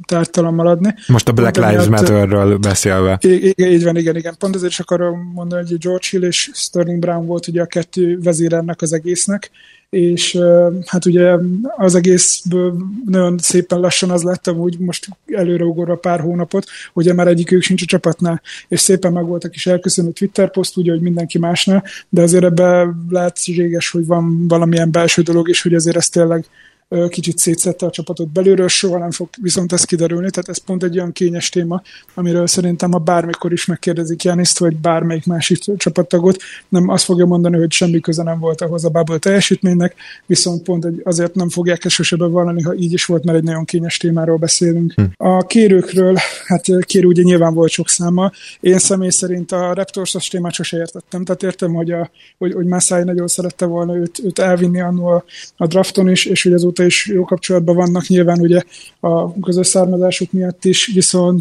tártalan maradni. Most a Black Lives Matter-ről beszélve. Így van, igen. Pont ezért is akarom mondani, hogy George Hill és Sterling Brown volt ugye a kettő vezérelnek az egésznek, és hát ugye az egészből nagyon szépen lassan az lett, amúgy most előreugorva pár hónapot, ugye már egyikük sincs a csapatnál, és szépen meg voltak is elköszönő Twitter poszt, úgy, hogy mindenki másnál, de azért ebben lehetséges, hogy van valamilyen belső dolog is, hogy azért ez tényleg kicsit szétszette a csapatot belülről, soha nem fog viszont ez kiderülni, tehát ez pont egy olyan kényes téma, amiről szerintem ha bármikor is megkérdezik Gianniszt, vagy bármelyik másik csapattagot, nem azt fogja mondani, hogy semmi köze nem volt ahhoz a bubble teljesítménynek, viszont pont azért nem fogják ezt sose bevallani, ha így is volt, mert egy nagyon kényes témáról beszélünk. A kérőkről, hát kérő ugye nyilván volt sok száma, én személy szerint a Raptors-os témát sose értettem, tehát értem, hogy Masai nagyon szerette volna őt elvinni annól a drafton is, és hogy azóta is jó kapcsolatban vannak, nyilván ugye a közös származásuk miatt is,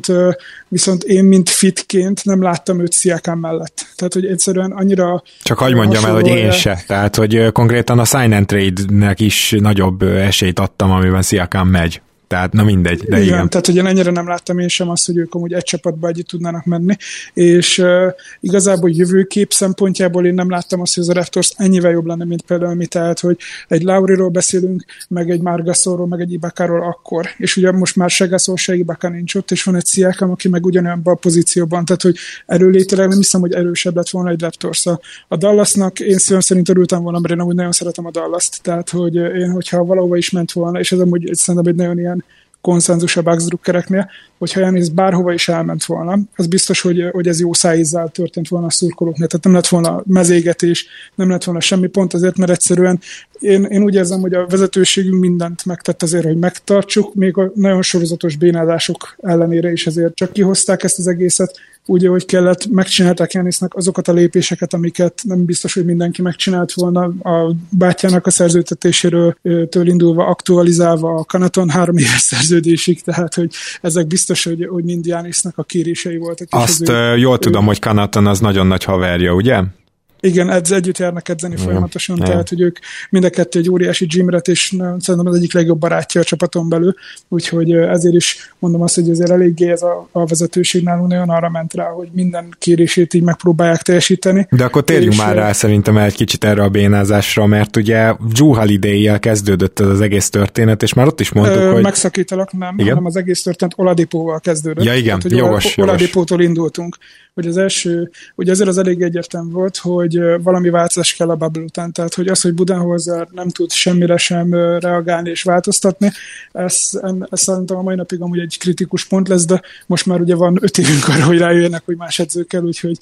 viszont én, mint fitként nem láttam őt Siakam mellett. Tehát, hogy egyszerűen annyira... Csak hadd mondjam el, hogy én se. Tehát, hogy konkrétan a sign and trade-nek is nagyobb esélyt adtam, amiben Siakam megy. Tehát, na mindegy, de igen. Tehát, hogy én ennyire nem láttam én sem azt, hogy ők amúgy egy csapatba együtt tudnának menni, és igazából jövőkép szempontjából én nem láttam azt, hogy az a Raptors ennyivel jobb lenne, mint például mi, tehát, hogy egy Lauriról beszélünk, meg egy Marc Gasolról, meg egy Ibakáról akkor, és ugye most már se Gasol, se Ibaka nincs ott, és van egy Siakam, aki meg ugyanolyanban a pozícióban, tehát, hogy erőlétileg nem hiszem, hogy erősebb lett volna egy Raptors. A Dallasnak én szívem szerint örültem volna, mert én amúgy nagyon szeretem a Dallast, tehát, hogy én, hogyha valahova is ment volna, és ez amúgy szerintem egy nagyon ilyen konszenzus a Bucks drukkereknél, hogyha Giannis bárhova is elment volna, az biztos, hogy ez jó szájízzel történt volna a szurkolóknél, tehát nem lett volna mezégetés, nem lett volna semmi, pont azért, mert egyszerűen én úgy érzem, hogy a vezetőségünk mindent megtett azért, hogy megtartsuk, még a nagyon sorozatos bénázások ellenére is ezért csak kihozták ezt az egészet, úgy, ahogy kellett, megcsinálták Giannisnak azokat a lépéseket, amiket nem biztos, hogy mindenki megcsinált volna, a bátyjának a szerződtetéséről indulva, aktualizálva a Connaughton 3 éves szerződésig, tehát, hogy ezek biztos, hogy mind Giannisnak a kérései voltak. Azt jól tudom, hogy Connaughton az nagyon nagy haverja, ugye? Igen, együtt járnak edzeni folyamatosan, tehát, hogy ők mind a kettő egy óriási gymret, és szerintem az egyik legjobb barátja a csapaton belül, úgyhogy ezért is mondom azt, hogy azért eléggé ez a vezetőség nálunk nagyon arra ment rá, hogy minden kérését így megpróbálják teljesíteni. De akkor térjünk már rá szerintem egy kicsit erre a bénázásra, mert ugye Jrue Holiday-jel kezdődött ez az egész történet, és már ott is mondtuk, hogy... Megszakítalak, hanem az egész történet Oladipóval kezdődött. Ja, igen, tehát, jogos. Oladipótól indultunk. Hogy az első, ugye azért az elég egyértelmű volt, hogy valami változás kell a bubble után, tehát hogy az, hogy Budenholzer nem tud semmire sem reagálni és változtatni, ez szerintem a mai napig amúgy egy kritikus pont lesz, de most már ugye van 5 évünk arra, hogy rájöjjenek, hogy más edzőkkel, úgyhogy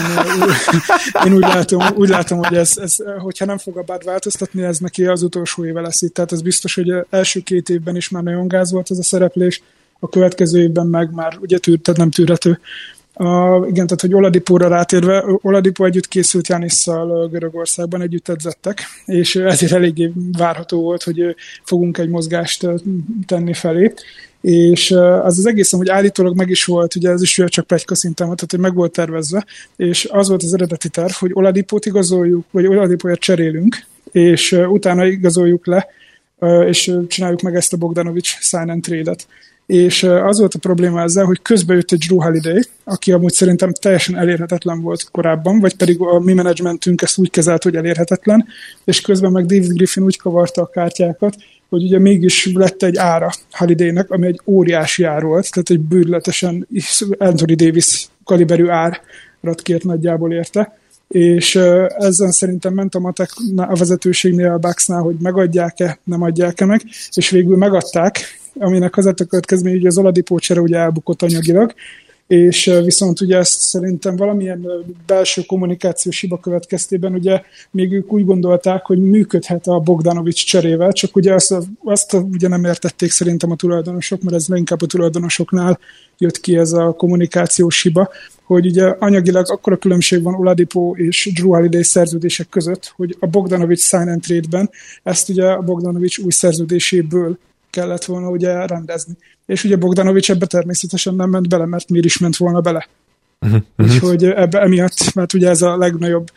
én úgy látom, hogy ez, hogyha nem fog a Bud változtatni, ez neki az utolsó éve lesz itt, tehát ez biztos, hogy az első 2 évben is már nagyon gáz volt ez a szereplés, a következő évben meg már ugye tehát nem tűrhető. Igen, tehát, hogy Oladipóra rátérve, Oladipo együtt készült Giannisszal Görögországban, együtt edzettek, és ezért eléggé várható volt, hogy fogunk egy mozgást tenni felé, és az egész, hogy állítólag meg is volt, ugye ez is csak pletyka szinten volt, tehát hogy meg volt tervezve, és az volt az eredeti terv, hogy Oladipót igazoljuk, vagy Oladipóért cserélünk, és utána igazoljuk le, és csináljuk meg ezt a Bogdanović sign and trade-et. És az volt a probléma ezzel, hogy közben jött egy Jrue Holiday, aki amúgy szerintem teljesen elérhetetlen volt korábban, vagy pedig a mi menedzsmentünk ezt úgy kezelt, hogy elérhetetlen, és közben meg David Griffin úgy kavarta a kártyákat, hogy ugye mégis lett egy ára Holidaynek, ami egy óriási ár volt, tehát egy bűrletesen Anthony Davis kaliberű árat kért nagyjából érte, és ezen szerintem ment a matek a vezetőségnél, a Bucksnál, hogy megadják-e, nem adják-e meg, és végül megadták, aminek az lett a következmény, hogy az Oladipo csere ugye elbukott anyagilag, és viszont ugye ezt szerintem valamilyen belső kommunikációs hiba következtében ugye még ők úgy gondolták, hogy működhet a Bogdanović cserével, csak ugye azt ugye nem értették szerintem a tulajdonosok, mert ez inkább a tulajdonosoknál jött ki ez a kommunikációs hiba, hogy ugye anyagilag akkora különbség van Oladipo és Jrue Holiday szerződések között, hogy a Bogdanović sign and trade-ben ezt ugye a Bogdanović új szerződéséből kellett volna ugye rendezni. És ugye Bogdanović ebbe természetesen nem ment bele, mert miért is ment volna bele. Úgyhogy ebbe emiatt, mert ugye ez a legnagyobb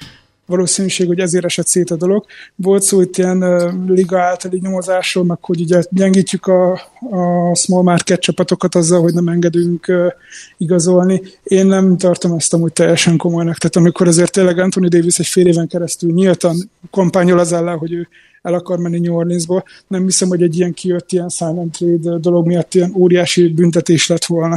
valószínűség, hogy ezért esett szét a dolog. Volt szó itt ilyen liga általi nyomozásról, meg hogy ugye gyengítjük a small market csapatokat azzal, hogy nem engedünk igazolni. Én nem tartom ezt amúgy teljesen komolynak. Tehát amikor azért tényleg Anthony Davis egy fél éven keresztül nyíltan kampányol az ellen, hogy ő el akar menni New Orleansból, nem hiszem, hogy egy ilyen kijött ilyen silent trade dolog miatt ilyen óriási büntetés lett volna.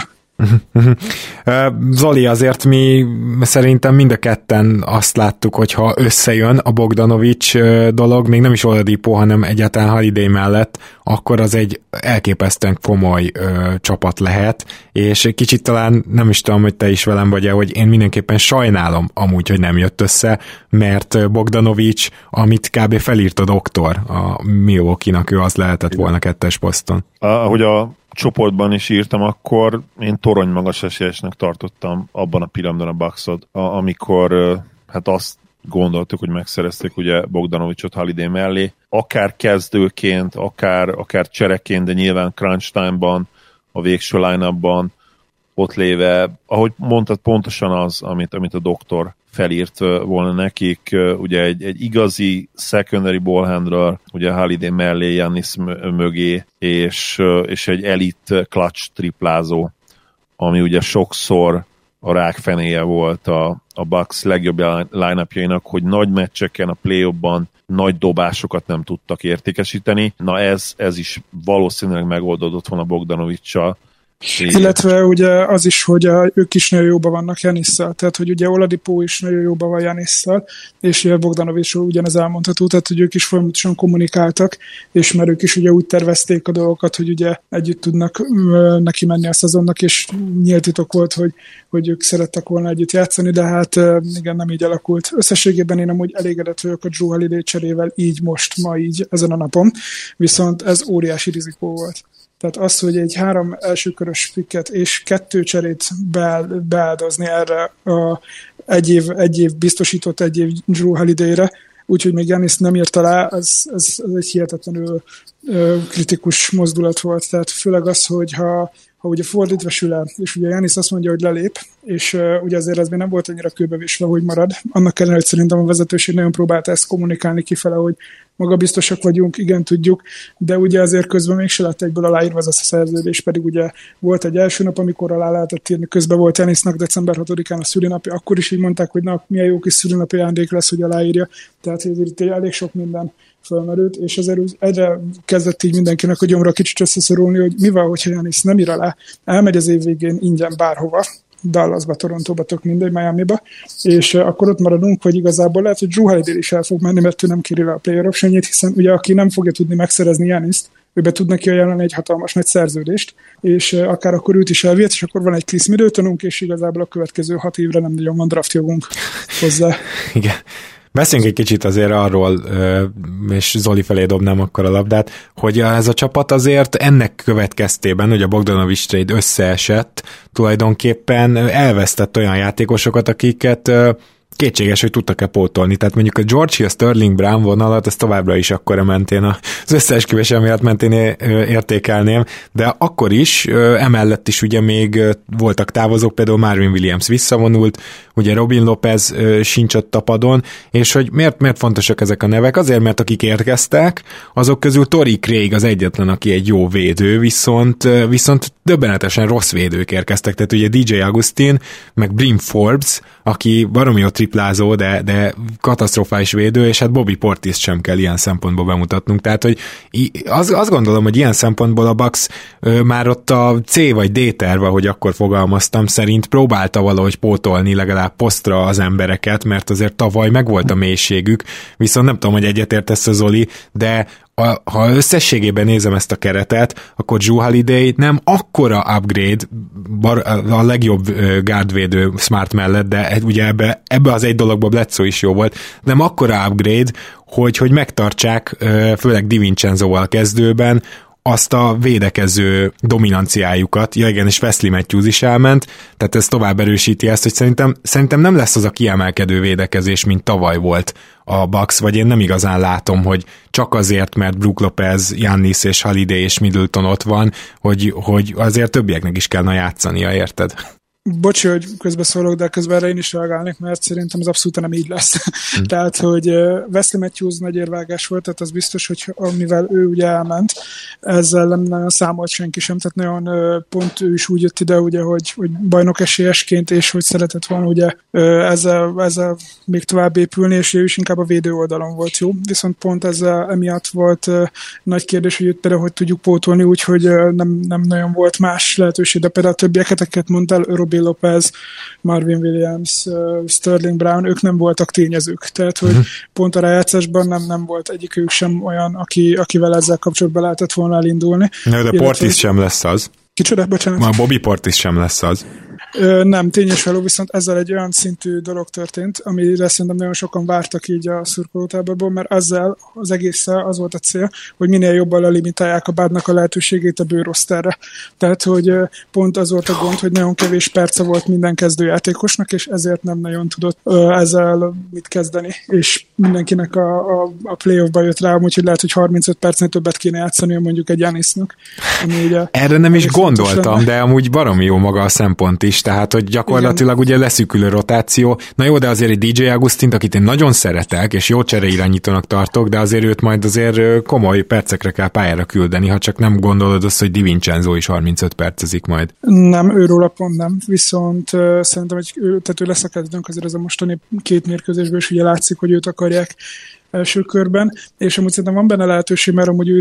Zoli, azért mi szerintem mind a ketten azt láttuk, hogy ha összejön a Bogdanovics dolog, még nem is Oladipo, hanem egyáltalán Holiday mellett, akkor az egy elképesztően komoly csapat lehet, és kicsit talán nem is tudom, hogy te is velem vagy-e, hogy én mindenképpen sajnálom amúgy, hogy nem jött össze, mert Bogdanovics, amit kb. Felírt a doktor a Milwaukee-nak, ő az lehetett volna 2-es poszton. Ahogy a csoportban is írtam, akkor én torony magas esélyesnek tartottam abban a pillanatban a Bucksot, amikor hát azt gondoltuk, hogy megszerezték ugye Bogdanovicsot Holiday mellé, akár kezdőként, akár csereként, de nyilván crunch time-ban, a végső line-upban ott léve, ahogy mondtad, pontosan az, amit a doktor felírt volna nekik, ugye egy igazi secondary ball handler, ugye Holiday mellé, Giannis mögé, és egy elite clutch triplázó, ami ugye sokszor a rákfenéje volt a Bucks legjobb line-upjainak, hogy nagy meccseken, a play-offban nagy dobásokat nem tudtak értékesíteni. Na ez is valószínűleg megoldódott volna Bogdanovics-sal. Illetve ugye az is, hogy ők is nagyon jóban vannak Giannissal, tehát hogy ugye Oladipo is nagyon jóban van Giannissal, és ugye Bogdanovicsról ugyanez elmondható, tehát hogy ők is folyamatosan kommunikáltak, és mert ők is ugye úgy tervezték a dolgokat, hogy ugye együtt tudnak neki menni a szezonnak, és nyílt titok volt, hogy ők szerettek volna együtt játszani, de hát igen, nem így alakult. Összességében én amúgy elégedett vagyok a Drew Holiday cserével így ma így ezen a napon, viszont ez óriási rizikó volt. Tehát az, hogy egy 3 elsőkörös pikket és 2 cserét beáldozni erre egy év biztosított egy év Drew Holiday-re, úgyhogy még Giannis nem írt alá, ez egy hihetetlenül kritikus mozdulat volt. Tehát főleg az, hogy ha ugye fordítva sül el, és ugye Giannis azt mondja, hogy lelép, és ugye azért ez még nem volt annyira kőbevésve, hogy marad. Annak ellenére, hogy szerintem a vezetőség nagyon próbálta ezt kommunikálni kifele, hogy magabiztosak vagyunk, igen, tudjuk, de ugye azért közben mégse lett egyből aláírva ez a szerződés, pedig ugye volt egy első nap, amikor alá lehetett írni, közben volt Giannisnak december 6-án a szülinapja, akkor is így mondták, hogy na, milyen jó kis szülinapi ajándék lesz, hogy aláírja, tehát itt elég sok minden fölmerült, és azért egyre kezdett így mindenkinek a gyomra kicsit összeszorulni, hogy mi van, hogyha Giannis nem ír alá, elmegy az év végén ingyen bárhova, Dallasba, Torontóba, tök mindegy, Miamiba, és akkor ott maradunk, hogy igazából lehet, hogy Drew Holiday is el fog menni, mert ő nem kéri le a player optionjét, hiszen ugye aki nem fogja tudni megszerezni Giannist, ő be tud neki ajánlani egy hatalmas nagy szerződést, és akár akkor őt is elvihet, és akkor van egy Chris Middletonunk, és igazából a következő 6 évre nem nagyon van draftjogunk hozzá. Igen. Beszéljünk egy kicsit azért arról, és Zoli felé dobnám akkor a labdát, hogy ez a csapat azért ennek következtében, hogy a Bogdanovics trade összeesett, tulajdonképpen elvesztett olyan játékosokat, akiket kétséges, hogy tudtak-e pótolni. Tehát mondjuk a George Hill, Sterling Brown vonalat, ezt továbbra is akkora mentén az összeesküvés elmélet mentén értékelném, de akkor is, emellett is ugye még voltak távozók, például Marvin Williams visszavonult, ugye Robin Lopez sincs ott a padon, és hogy miért fontosak ezek a nevek? Azért, mert akik érkeztek, azok közül Torrey Craig az egyetlen, aki egy jó védő, viszont döbbenetesen rossz védők érkeztek, tehát ugye DJ Augustin, meg Brim Forbes, aki baromi jó triplázó, de katasztrofális védő, és hát Bobby Portis sem kell ilyen szempontból bemutatnunk. Tehát, hogy azt gondolom, hogy ilyen szempontból a Bucks már ott a C vagy D terv, ahogy akkor fogalmaztam, szerint próbálta valahogy pótolni legalább posztra az embereket, mert azért tavaly megvolt a mélységük, viszont nem tudom, hogy egyetértesz a Zoli, de ha összességében nézem ezt a keretet, akkor Drew Holiday nem akkora upgrade a legjobb guardvédő Smart mellett, de ugye ebbe az egy dologban Bledsoe is jó volt, nem akkora upgrade, hogy megtartsák főleg DiVincenzoval kezdőben azt a védekező dominanciájukat, ja igen, és Wesley Matthews is elment, tehát ez tovább erősíti ezt, hogy szerintem nem lesz az a kiemelkedő védekezés, mint tavaly volt a Bucks, vagy én nem igazán látom, hogy csak azért, mert Brook Lopez, Giannis és Holiday és Middleton ott van, hogy azért többieknek is kellene játszania, érted? Bocsi, hogy közbeszólok, de közben erre én is reagálnék, mert szerintem az abszolút nem így lesz. Tehát, hogy Wesley Matthews nagy érvágás volt, tehát az biztos, hogy amivel ő ugye elment, ezzel nem nagyon számolt senki sem, tehát nagyon pont ő is úgy jött ide, ugye, hogy bajnok esélyesként, és hogy szeretett volna ugye ezzel még tovább épülni, és ő is inkább a védő oldalon volt jó. Viszont pont ezzel emiatt volt nagy kérdés, hogy őt például hogy tudjuk pótolni, úgyhogy nem nagyon volt más lehetőség, de például a többieket mondtál, Robbie Lopez, Marvin Williams, Sterling Brown, ők nem voltak tényezők. Tehát, hogy pont a rájátszásban nem volt egyikük sem olyan, akivel ezzel kapcsolatban lehetett volna elindulni. De Portis sem lesz az. Kicsoda, bocsánat? A Bobby Portis sem lesz az. Nem, tényes való, viszont ezzel egy olyan szintű dolog történt, amire szerintem nagyon sokan vártak így a szurkolótáborból, mert ezzel az egésszel az volt a cél, hogy minél jobban lelimitálják a Budnak a lehetőségét a bőroszterre. Tehát, hogy pont az volt a gond, hogy nagyon kevés perce volt minden kezdőjátékosnak, és ezért nem nagyon tudott ezzel mit kezdeni. És mindenkinek a playoffba jött rá, úgyhogy lehet, hogy 35 percnél többet kéne játszani, mondjuk egy Giannisnak. Erre nem is gondoltam, de amúgy baromi jó maga a szempont is, tehát, hogy gyakorlatilag ugye leszűkül a rotáció. Na jó, de azért egy DJ Augustint, akit én nagyon szeretek, és jó csereirányítónak tartok, de azért őt majd azért komoly percekre kell pályára küldeni, ha csak nem gondolod azt, hogy DiVincenzo is 35 percezik majd. Nem, őróla pont nem, viszont szerintem, hogy ő lesz a kezdőnk azért ez a mostani 2 mérkőzésből, és ugye látszik, hogy őt akarják első körben, és amúgy szerintem van benne lehetőség, mert amúgy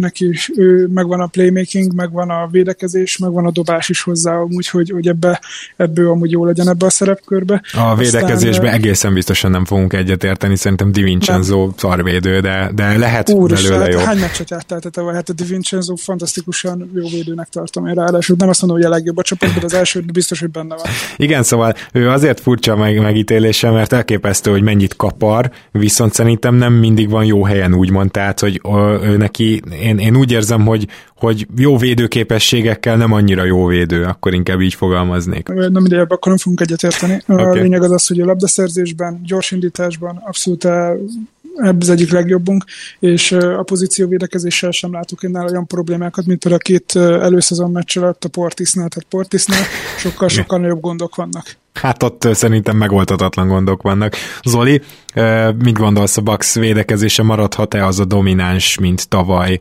ő megvan a playmaking, megvan a védekezés, megvan a dobás is hozzá, amúgy, hogy ebből amúgy jó legyen ebbe a szerepkörbe. A védekezésben egészen biztosan nem fogunk egyetérteni, szerintem DiVincenzo szarvédő, de lehet belőle jó. Hány meccset jártál te? Hát a DiVincenzo fantasztikusan jó védőnek tartom én ráadásul. Nem azt mondom, hogy a legjobb a csapatban, de az első biztos, hogy benne van. Igen, szóval ő azért furcsa megítélése, mert elképesztő, hogy mennyit kapar, viszont szerintem nem mindig van jó helyen, úgymond, tehát, hogy ő neki, én úgy érzem, hogy jó védőképességekkel nem annyira jó védő, akkor inkább így fogalmaznék. Nem ide, akkor nem fogunk egyetérteni. Okay. A lényeg az, hogy a labdaszerzésben, gyorsindításban abszolút ebből az egyik legjobbunk, és a pozícióvédekezéssel sem látok én nála olyan problémákat, mint például a 2 előszezon meccs alatt a Portisnál, tehát Portisnál sokkal nagyobb gondok vannak. Hát ott szerintem megoldhatatlan gondok vannak. Zoli, mit gondolsz, a Bucks védekezése maradhat-e az a domináns, mint tavaly,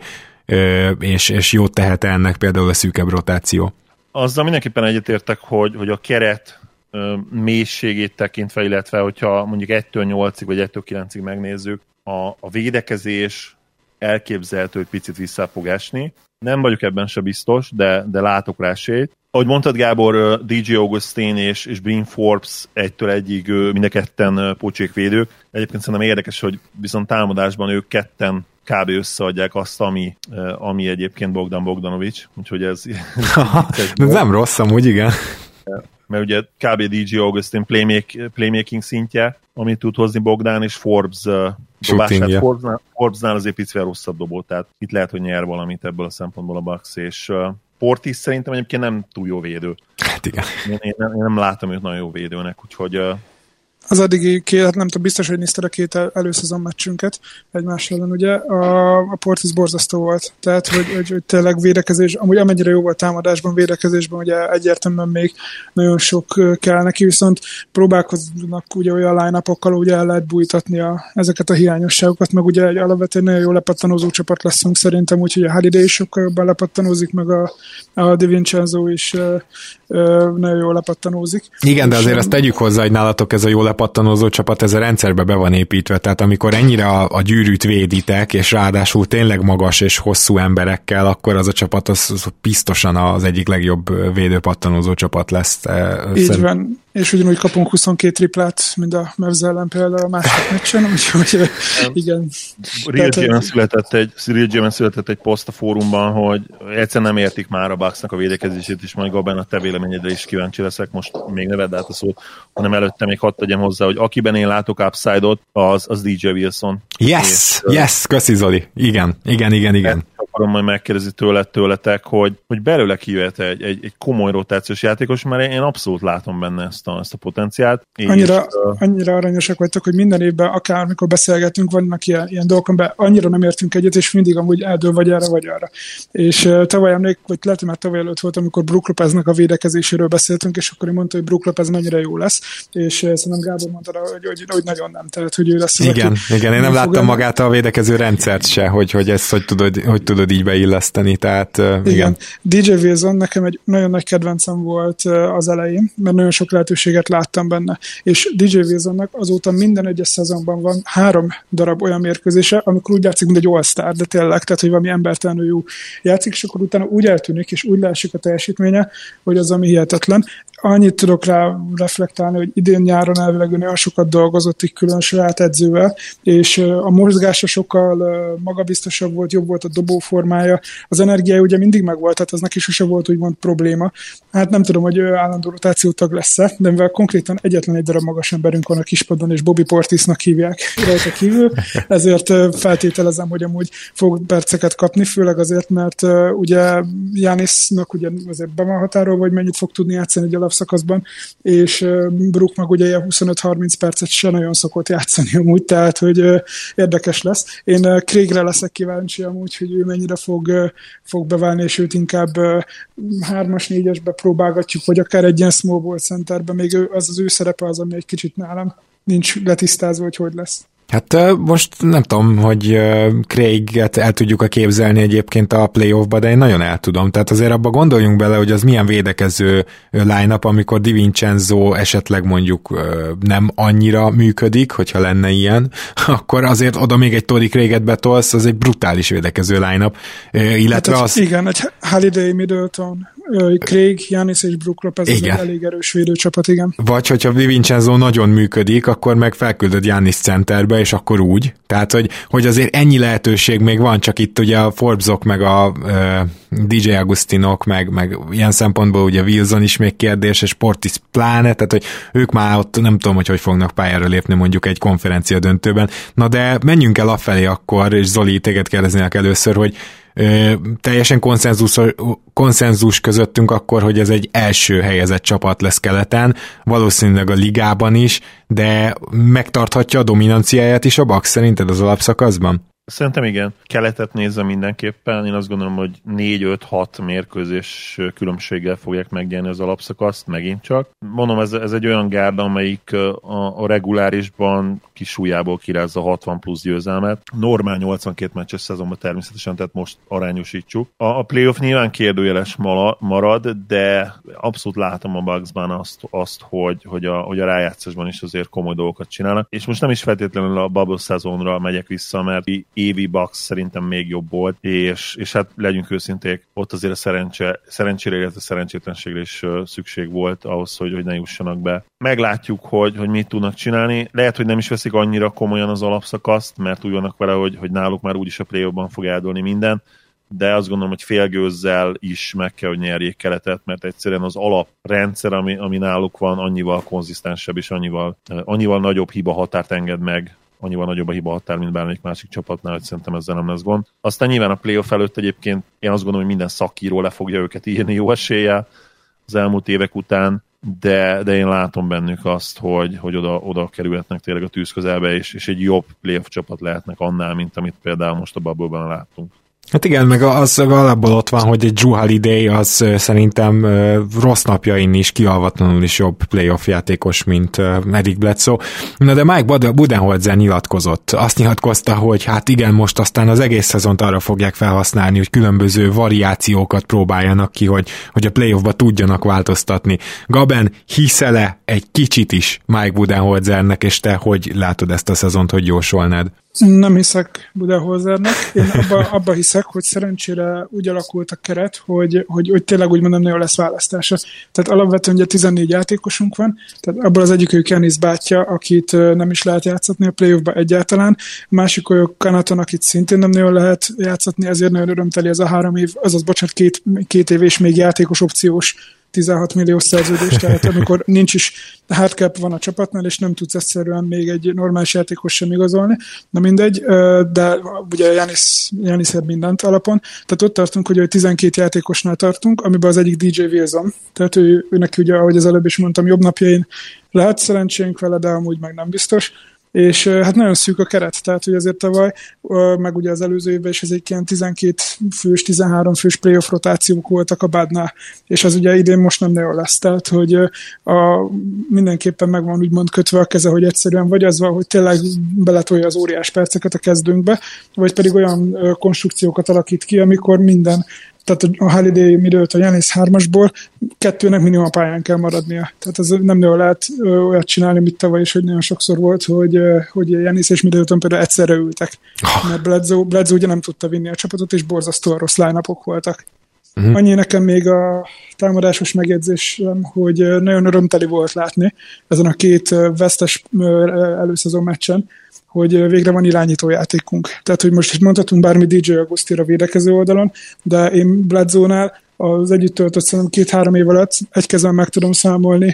és jót tehet ennek például a szűkebb rotáció? Azzal mindenképpen egyetértek, hogy a keret mélységét tekintve, illetve hogyha mondjuk 1-8-ig vagy 1-9-ig megnézzük, a védekezés elképzelhető, hogy picit vissza fog esni. Nem vagyok ebben se biztos, de látok rá esélyt. Ahogy mondtad, Gábor, DJ Augustin és Bryn Forbes 1-1-ig mind a ketten pocsékvédők. Egyébként szerintem érdekes, hogy viszont támadásban ők ketten kb. Összeadják azt, ami egyébként Bogdan Bogdanovics, úgyhogy ez nem rossz amúgy, igen. Mert ugye kb. DJ Augustin playmaking szintje, amit tud hozni Bogdan, és Forbes dobását. Forbesnál azért picivel rosszabb dobó, tehát itt lehet, hogy nyer valamit ebből a szempontból a Bucks, és Portis szerintem egyébként nem túl jó védő. Hát igen. Én nem látom őt nagyon jó védőnek, úgyhogy az addigi nem tudom, biztos, hogy nézted a 2 előszezon meccsünket egymás ellen, ugye, a Portis borzasztó volt. Tehát, hogy tényleg védekezés, amúgy amennyire jó volt támadásban, védekezésben, ugye egyértelműen még nagyon sok kell neki, viszont próbálkoznak ugye olyan line-upokkal, ugye el lehet bújtatni ezeket a hiányosságokat, meg ugye egy alapvetően nagyon jó lepattanózó csapat leszünk szerintem, úgyhogy a Holiday is sokkal jobban lepattanózik, meg a DiVincenzo is nagyon jól lepattanózik. Igen, de azért azt tegyük hozzá, hogy nálatok ez a jó lepattanózó csapat, ez a rendszerbe be van építve, tehát amikor ennyire a gyűrűt véditek, és ráadásul tényleg magas és hosszú emberekkel, akkor az a csapat az biztosan az egyik legjobb védőpattanózó csapat lesz. Így van, és ugyanúgy kapunk 22 triplát, mint a Mavs ellen például a második meccsen, úgyhogy igen. Real G-ben született egy poszt a fórumban, hogy egyszerűen nem értik már a Bucksnak a védekezését, és majd Gabán a te véleményedre is kíváncsi leszek, most még ne vedd át a szót, hanem előtte még hadd tegyem hozzá, hogy akiben én látok upside-ot, az DJ Wilson. Yes, köszi Zoli. Igen. akarom majd megkérdezni tőletek, hogy belőle kijöhet egy komoly rotációs játékos, mert én abszolút látom benne ezt a potenciált. Annyira aranyosak vagytok, hogy minden évben, akármikor beszélgetünk, vannak ilyen dolgok, amiben annyira nem értünk egyet, és mindig amúgy eldől vagy erre, vagy arra. És tavaly vagy lehet, hogy már tavaly előtt volt, amikor Brook Lopeznek a védekezéséről beszéltünk, és akkor én mondta, hogy Brook Lopez mennyire jó lesz, és szerintem Gábor mondta, hogy nagyon nem, tehát hogy ő lesz az, igen, én nem láttam magát a védekező rendszert se, hogy ezt hogy tudod így beilleszteni, tehát igen. DJ Wilson nekem egy nagyon nagy kedvencem volt az elején, mert nagyon sok lehetőséget láttam benne, és DJ Wilsonnak azóta minden egyes szezonban van 3 darab olyan mérkőzése, amikor úgy játszik, mint egy all-star, de tényleg, tehát hogy valami embertelenül jó játszik, és akkor utána úgy eltűnik, és úgy leesik a teljesítménye, hogy az, ami hihetetlen. Annyit tudok rá reflektálni, hogy idén nyáron elvileg nagyon sokat dolgozott így külön saját edzővel, és a mozgása sokkal magabiztosabb volt, jobb volt a dobóformája, az energiája ugye mindig megvolt, tehát az neki sose volt úgymond probléma. Hát nem tudom, hogy állandó rotációtag lesz-e, de mivel konkrétan egyetlen egy darab magas emberünk van a kispadon, és Bobby Portisnak hívják rajta kívül, ezért feltételezem, hogy amúgy fog perceket kapni, főleg azért, mert ugye Giannisnak ugye azért be van határolva, hogy mennyit fog tudni játszani egy alapszakaszban, és Brook meg ugye 25-30 percet se nagyon szokott játszani amúgy, tehát hogy érdekes lesz. Én Craigre leszek kíváncsi amúgy, hogy ő mennyire fog beválni, és őt inkább 3-as, 4-esbe próbálgatjuk, vagy akár egy ilyen small ball centerbe, még az ő szerepe az, ami egy kicsit nálam nincs letisztázva, hogy lesz. Hát most nem tudom, hogy Craiget el tudjuk képzelni egyébként a playoffba, de én nagyon el tudom. Tehát azért abba gondoljunk bele, hogy az milyen védekező line-up, amikor DiVincenzo esetleg mondjuk nem annyira működik, hogyha lenne ilyen, akkor azért oda még egy Torrey Craiget betolsz, az egy brutális védekező line-up. Illetve hát az... Igen, egy Holiday, Middleton, Craig, Giannis és Brook Lopez, ez egy elég erős védőcsapat, igen. Vagy hogyha DiVincenzo nagyon működik, akkor meg felküldöd Giannis centerbe, és akkor úgy. Tehát, hogy azért ennyi lehetőség még van, csak itt ugye a Forbesok, meg a DJ Agustinok, meg ilyen szempontból ugye Wilson is még kérdés, és Portis pláne, tehát, hogy ők már ott nem tudom, hogy fognak pályára lépni mondjuk egy konferencia döntőben. Na de menjünk el afelé akkor, és Zoli, téged kérdeznének először, hogy teljesen konszenzus közöttünk akkor, hogy ez egy első helyezett csapat lesz keleten, valószínűleg a ligában is, de megtarthatja a dominanciáját is a Bucks szerinted az alapszakaszban? Szerintem igen. Keletet nézve mindenképpen. Én azt gondolom, hogy 4-5-6 mérkőzés különbséggel fogják megnyerni az alapszakaszt, megint csak. Mondom, ez egy olyan gárda, amelyik a regulárisban kisúlyából kirázza 60 plusz győzelmet. Normál 82 meccses szezonban természetesen, tehát most arányosítsuk. A playoff nyilván kérdőjeles marad, de abszolút látom a Bucksban azt hogy a rájátszásban is azért komoly dolgokat csinálnak. És most nem is feltétlenül a bubble szezonra megyek vissza, mert évi Bucks szerintem még jobb volt, és hát legyünk őszinték, ott azért a szerencsére, illetve szerencsétlenségre is szükség volt ahhoz, hogy ne jussanak be. Meglátjuk, hogy mit tudnak csinálni. Lehet, hogy nem is veszik annyira komolyan az alapszakaszt, mert úgy vannak vele, hogy náluk már úgyis a play-offban fog eldőlni minden, de azt gondolom, hogy félgőzzel is meg kell, hogy nyerjék keletet, mert egyszerűen az alaprendszer, ami náluk van, annyival konzisztensebb, és annyival nagyobb hiba határt enged meg, annyival nagyobb a hiba határ, mint bármelyik másik csapatnál, hogy szerintem ezzel nem lesz gond. Aztán nyilván a playoff előtt egyébként én azt gondolom, hogy minden szakíró le fogja őket írni jó eséllyel az elmúlt évek után, de én látom bennük azt, hogy oda kerülhetnek tényleg a tűz közelbe, és egy jobb playoff csapat lehetnek annál, mint amit például most a bubble-ben láttunk. Hát igen, meg az alapból ott van, hogy egy Drew Holiday az szerintem rossz napjain is kialvatlanul is jobb playoff játékos, mint Eric Bledsoe. Na de Mike Budenholzer nyilatkozott. Azt nyilatkozta, hogy hát igen, most aztán az egész szezont arra fogják felhasználni, hogy különböző variációkat próbáljanak ki, hogy a playoffba tudjanak változtatni. Gaben, hiszel-e egy kicsit is Mike Budenholzernek, és te hogy látod ezt a szezont, hogy jósolnád? Nem hiszek Budenholzernek. Én abba hiszek, hogy szerencsére úgy alakult a keret, hogy tényleg úgy mondom, nagyon lesz választása. Tehát alapvetően ugye 14 játékosunk van, tehát abból az egyikük Giannis bátyja, akit nem is lehet játszatni a playoffba egyáltalán. A másik olyan Connaughton, akit szintén nem nagyon lehet játszatni, ezért nagyon örömteli ez a 3 év, azaz bocsánat, 2 év és még játékos opciós 16 millió szerződés, tehát amikor nincs is hardcap van a csapatnál, és nem tudsz egyszerűen még egy normális játékos sem igazolni, na mindegy, de ugye Giannis mindent alapon, tehát ott tartunk, hogy 12 játékosnál tartunk, amiben az egyik DJ Wilson, tehát ő neki ugye, ahogy az előbb is mondtam, jobb napjain lehet szerencsénk vele, de amúgy meg nem biztos, és hát nagyon szűk a keret, tehát hogy azért tavaly, meg ugye az előző évben is ezek ilyen 12 fős, 13 fős playoff rotációk voltak a Badnál, és az ugye idén most nem nagyon lesz, tehát hogy mindenképpen meg van úgymond kötve a keze, hogy egyszerűen vagy az van, hogy tényleg beletolja az óriás perceket a kezdőnkbe, vagy pedig olyan konstrukciókat alakít ki, amikor minden, tehát a Holiday Middleton, a Giannis 3-asból 2-nek minimum a pályán kell maradnia. Tehát ez nem nagyon lehet olyat csinálni, mint tavaly is, hogy nagyon sokszor volt, hogy Giannis és Middleton például egyszerre ültek. Mert Bledsoe ugye nem tudta vinni a csapatot, és borzasztóan rossz line-upok voltak. Annyi nekem még a támadásos megjegyzésem, hogy nagyon örömteli volt látni ezen a két vesztes előszezon meccsen, hogy végre van irányító játékunk. Tehát, hogy most is mondhatunk bármi DJ Augustíra védekező oldalon, de én Bledsoe-nál az együtt töltött szerintem 2-3 év alatt egy kezben meg tudom számolni,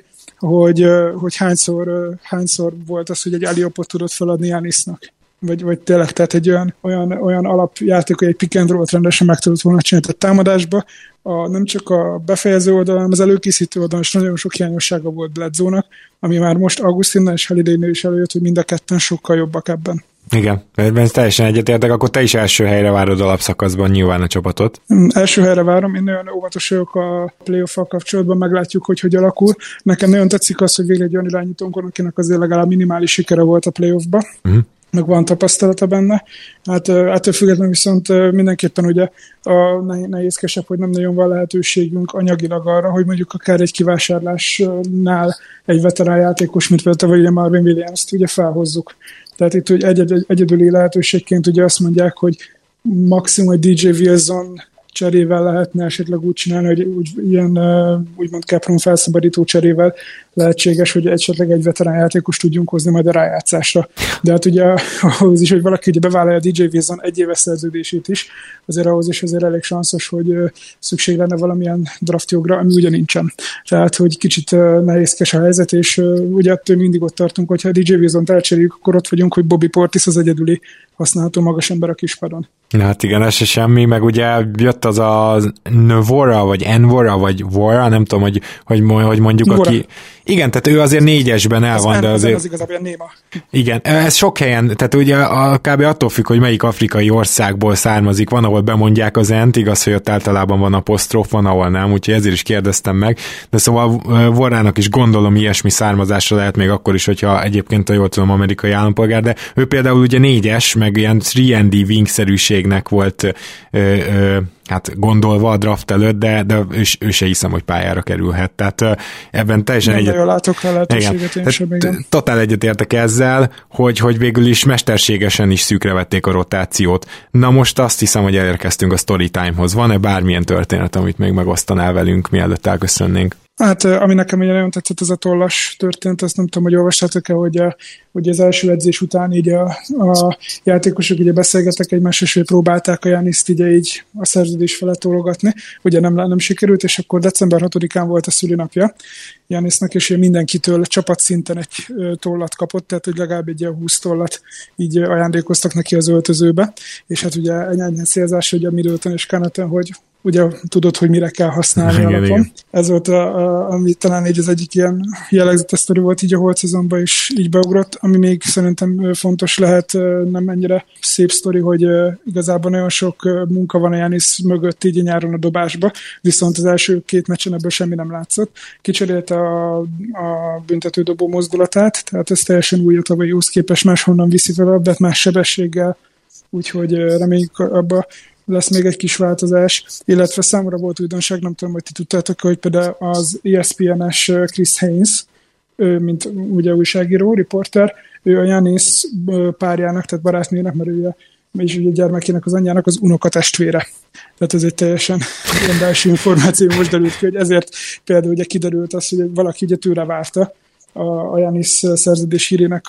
hogy hányszor volt az, hogy egy alley-oopot tudott feladni Giannisnak. Vagy tényleg, tehát egy olyan alapjáték, hogy egy pick and roll-t rendesen meg tudott volna csinálni. Tehát támadásba nem csak a befejező oldalon, hanem az előkészítő oldalon is nagyon sok hiányossága volt Bledsoe-nak, ami már most Augustinnal és Holiday-nél is előjött, hogy mind a ketten sokkal jobbak ebben. Igen, ebben teljesen egyetértek, akkor te is első helyre várod alapszakaszban nyilván a csapatot. Első helyre várom, én nagyon óvatos vagyok a playoff-val kapcsolatban, meglátjuk, hogy alakul. Nekem nagyon tetszik az, hogy végre egy olyan irányítónk van, akinek azért legalább minimális sikere volt a playoff-ba. Meg van tapasztalata benne. Hát ettől függetlenül viszont mindenképpen ugye a nehézkesebb, hogy nem nagyon van lehetőségünk anyagilag arra, hogy mondjuk akár egy kivásárlásnál egy veterán játékos, mint például vagy Marvin Williams-t ugye felhozzuk. Tehát itt hogy egyedüli lehetőségként ugye azt mondják, hogy maximum egy DJ Wilson cserével lehetne esetleg úgy csinálni, hogy ilyen úgymond capron felszabadító cserével lehetséges, hogy esetleg egy veterán játékos tudjunk hozni majd a rájátszásra. De hát ugye ahhoz is, hogy valaki ugye bevállalja a DJ Wilson egy éves szerződését is, azért ahhoz is azért elég sanszos, hogy szükség lenne valamilyen draftjogra, ami ugye nincsen. Tehát, hogy kicsit nehézkes a helyzet, és ugye ettől mindig ott tartunk, hogyha a DJ Wilson-t elcseréljük, akkor ott vagyunk, hogy Bobby Portis az egyedüli használható magas ember a kispadon. Na hát igen, ez se semmi, meg ugye jött az a Nvora, vagy Envora, vagy Vora, nem tudom, hogy mondjuk, Nvora. aki... Igen, tehát ő azért 4-esben el van, de azért... Az igazából néma. Igen, ez sok helyen, tehát ugye kb. Attól függ, hogy melyik afrikai országból származik, van, ahol bemondják az ent, igaz, hogy ott általában van apostrof, van, ahol nem, úgyhogy ezért is kérdeztem meg, de szóval Vorának is gondolom ilyesmi származásra lehet még akkor is, hogyha egyébként, ha jól tudom, amerikai állampolgár, de ő például ugye 4-es, meg ilyen 3&D wingszerűségnek volt hát gondolva a draft előtt, de ő se hiszem, hogy pályára kerülhet. Tehát ebben teljesen egyet... Nagyon látok rá lehetőséget, én sem, igen. Totál egyetértek ezzel, hogy végül is mesterségesen is szűkre vették a rotációt. Na most azt hiszem, hogy elérkeztünk a Storytime-hoz. Van-e bármilyen történet, amit még megosztanál velünk, mielőtt elköszönnénk? Hát, ami nekem ugye nagyon tetszett, ez a tollas történet, azt nem tudom, hogy olvastátok-e, hogy az első edzés után így a játékosok ugye beszélgettek egymással, és próbálták a Gianniszt így a szerződés felett tologatni, ugye nem sikerült, és akkor december 6-án volt a szülinapja Giannisnak, és mindenkitől csapatszinten egy tollat kapott, tehát hogy legalább egy 20 tollat így ajándékoztak neki az öltözőbe, és hát ugye ennyi célzás, hogy a Middleton és Connaughton, hogy ugye tudod, hogy mire kell használni alapon. Igen. Ez volt, ami talán így az egyik ilyen jellegzetes sztori volt így a holt szezonban is így beugrott, ami még szerintem fontos lehet, nem ennyire szép sztori, hogy igazából nagyon sok munka van a Giannis mögött így nyáron a dobásba, viszont az első 2 meccsen ebből semmi nem látszott. Kicserélte a büntetődobó mozdulatát, tehát ez teljesen új a tavalyihoz képest, máshonnan viszi fel a labdát, más sebességgel, úgyhogy reméljük abba lesz még egy kis változás, illetve számomra volt újdonság, nem tudom, hogy ti tudtátok, hogy például az ESPN-es Chris Haynes, ő, mint ugye újságíró, riporter, ő a Giannis párjának, tehát barátnőnek, mert ő és ugye a gyermekének az anyjának az unokatestvére. Tehát ez egy teljesen ilyen belső információ most derült ki, hogy ezért például ugye kiderült az, hogy valaki ugye tőle várta a Giannis szerződés hírének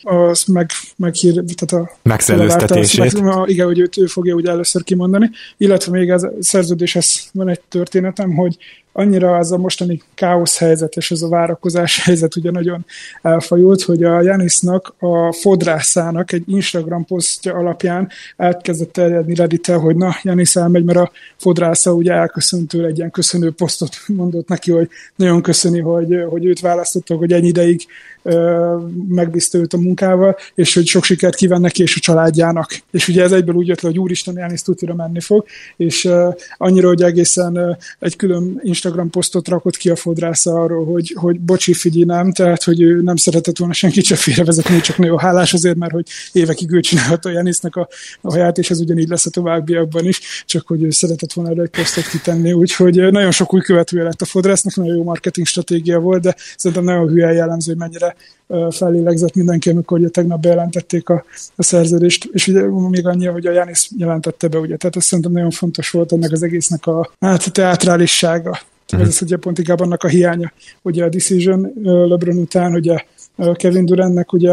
megszellőztetését. Igen, hogy ő fogja ugye először kimondani. Illetve még a szerződéshez van egy történetem, hogy annyira az a mostani káosz helyzet és ez a várakozás helyzet ugye nagyon elfajult, hogy a Giannisnak a fodrászának egy Instagram posztja alapján elkezdett terjedni Reddit-tel, hogy na, Giannis elmegy, mert a fodrásza ugye elköszönt tőle, egy ilyen köszönő posztot mondott neki, hogy nagyon köszöni, hogy őt választottak, hogy ennyi ideig megbízta őt a munkával, és hogy sok sikert kíván neki és a családjának. És ugye ez egyből úgy jött le, hogy úristen, Giannis tutira menni fog, és annyira, hogy egészen egy külön Instagram posztot rakott ki a fodrásza arról, hogy bocsi, figyelj, nem, tehát, hogy ő nem szeretett volna senkit se félrevezetni, csak nagyon hálás azért, mert hogy évekig ő csinálta Giannisnak a haját, és ez ugyanígy lesz a továbbiakban is, csak hogy ő szeretett volna erre egy posztot kitenni, úgyhogy nagyon sok új követője lett a fodrásznak, nagyon jó marketing stratégia volt, de szerintem nagyon hülyen jellemző, hogy mennyire fellélegzett mindenki, amikor ugye tegnap bejelentették a szerződést, és ugye még annyi, hogy a Giannis jelentette be, ugye, tehát ez szerintem nagyon fontos volt ennek az egésznek a teátrálissága. Ez ugye pont inkább annak a hiánya, ugye a decision LeBron után, ugye Kevin Durantnek ugye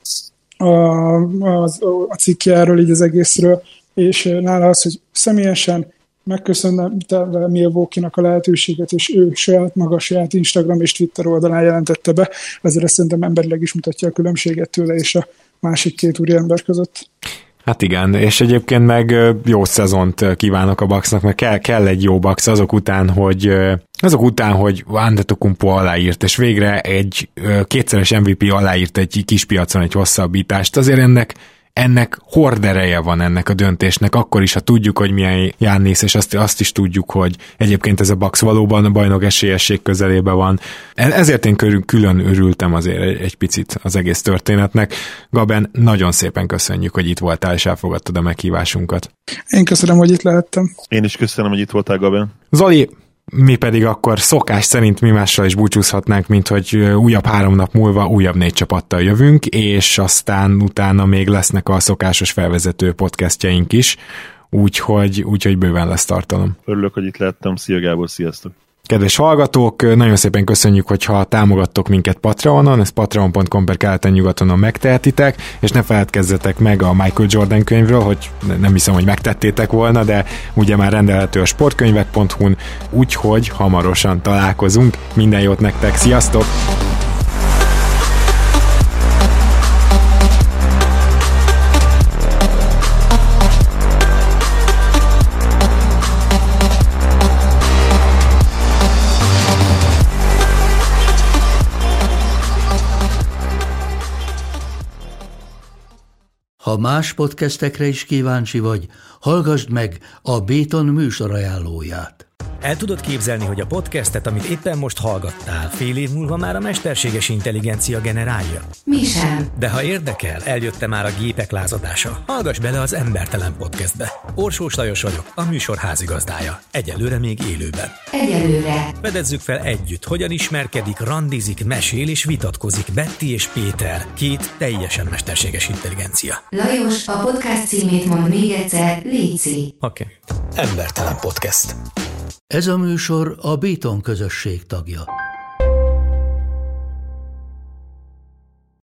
a cikkje erről így az egészről, és nála az, hogy személyesen megköszönte Milwaukee-nak a lehetőséget, és ő saját Instagram és Twitter oldalán jelentette be, ezért szerintem emberileg is mutatja a különbséget tőle és a másik két úriember között. Hát igen, és egyébként meg jó szezont kívánok a Bucksnak, mert kell egy jó Bucks azok után, hogy Antetokounmpo aláírt, és végre egy kétszeres MVP aláírt egy kis piacon egy hosszabbítást. Azért ennek hordereje van ennek a döntésnek, akkor is, ha tudjuk, hogy milyen Giannis, és azt is tudjuk, hogy egyébként ez a Bucks valóban a bajnok esélyesség közelében van. Ezért én külön örültem azért egy picit az egész történetnek. Gaben, nagyon szépen köszönjük, hogy itt voltál, és elfogadtad a meghívásunkat. Én köszönöm, hogy itt lehettem. Én is köszönöm, hogy itt voltál, Gaben. Zoli, mi pedig akkor szokás szerint mi mással is búcsúzhatnánk, mint hogy újabb 3 nap múlva újabb 4 csapattal jövünk, és aztán utána még lesznek a szokásos felvezető podcastjaink is, úgyhogy bőven lesz tartalom. Örülök, hogy itt lehettem. Szia Gábor, sziasztok! Kedves hallgatók, nagyon szépen köszönjük, hogyha támogattok minket Patreonon, ezt patreon.com/keleten-nyugatonon megtehetitek, és ne feledkezzetek meg a Michael Jordan könyvről, hogy nem hiszem, hogy megtettétek volna, de ugye már rendelhető a sportkönyvek.hu-n, úgyhogy hamarosan találkozunk. Minden jót nektek, sziasztok! Ha más podcastekre is kíváncsi vagy, hallgassd meg a Béton műsor ajánlóját. El tudod képzelni, hogy a podcastet, amit éppen most hallgattál, fél év múlva már a mesterséges intelligencia generálja? Mi sem. De ha érdekel, eljött már a gépek lázadása. Hallgass bele az Embertelen Podcastbe. Orsós Lajos vagyok, a műsor házigazdája. Egyelőre még élőben. Egyelőre. Fedezzük fel együtt, hogyan ismerkedik, randizik, mesél és vitatkozik Betty és Péter, 2 teljesen mesterséges intelligencia. Lajos, a podcast címét mond még egyszer, léci. Oké. Embertelen Podcast. Ez a műsor a Béton közösség tagja.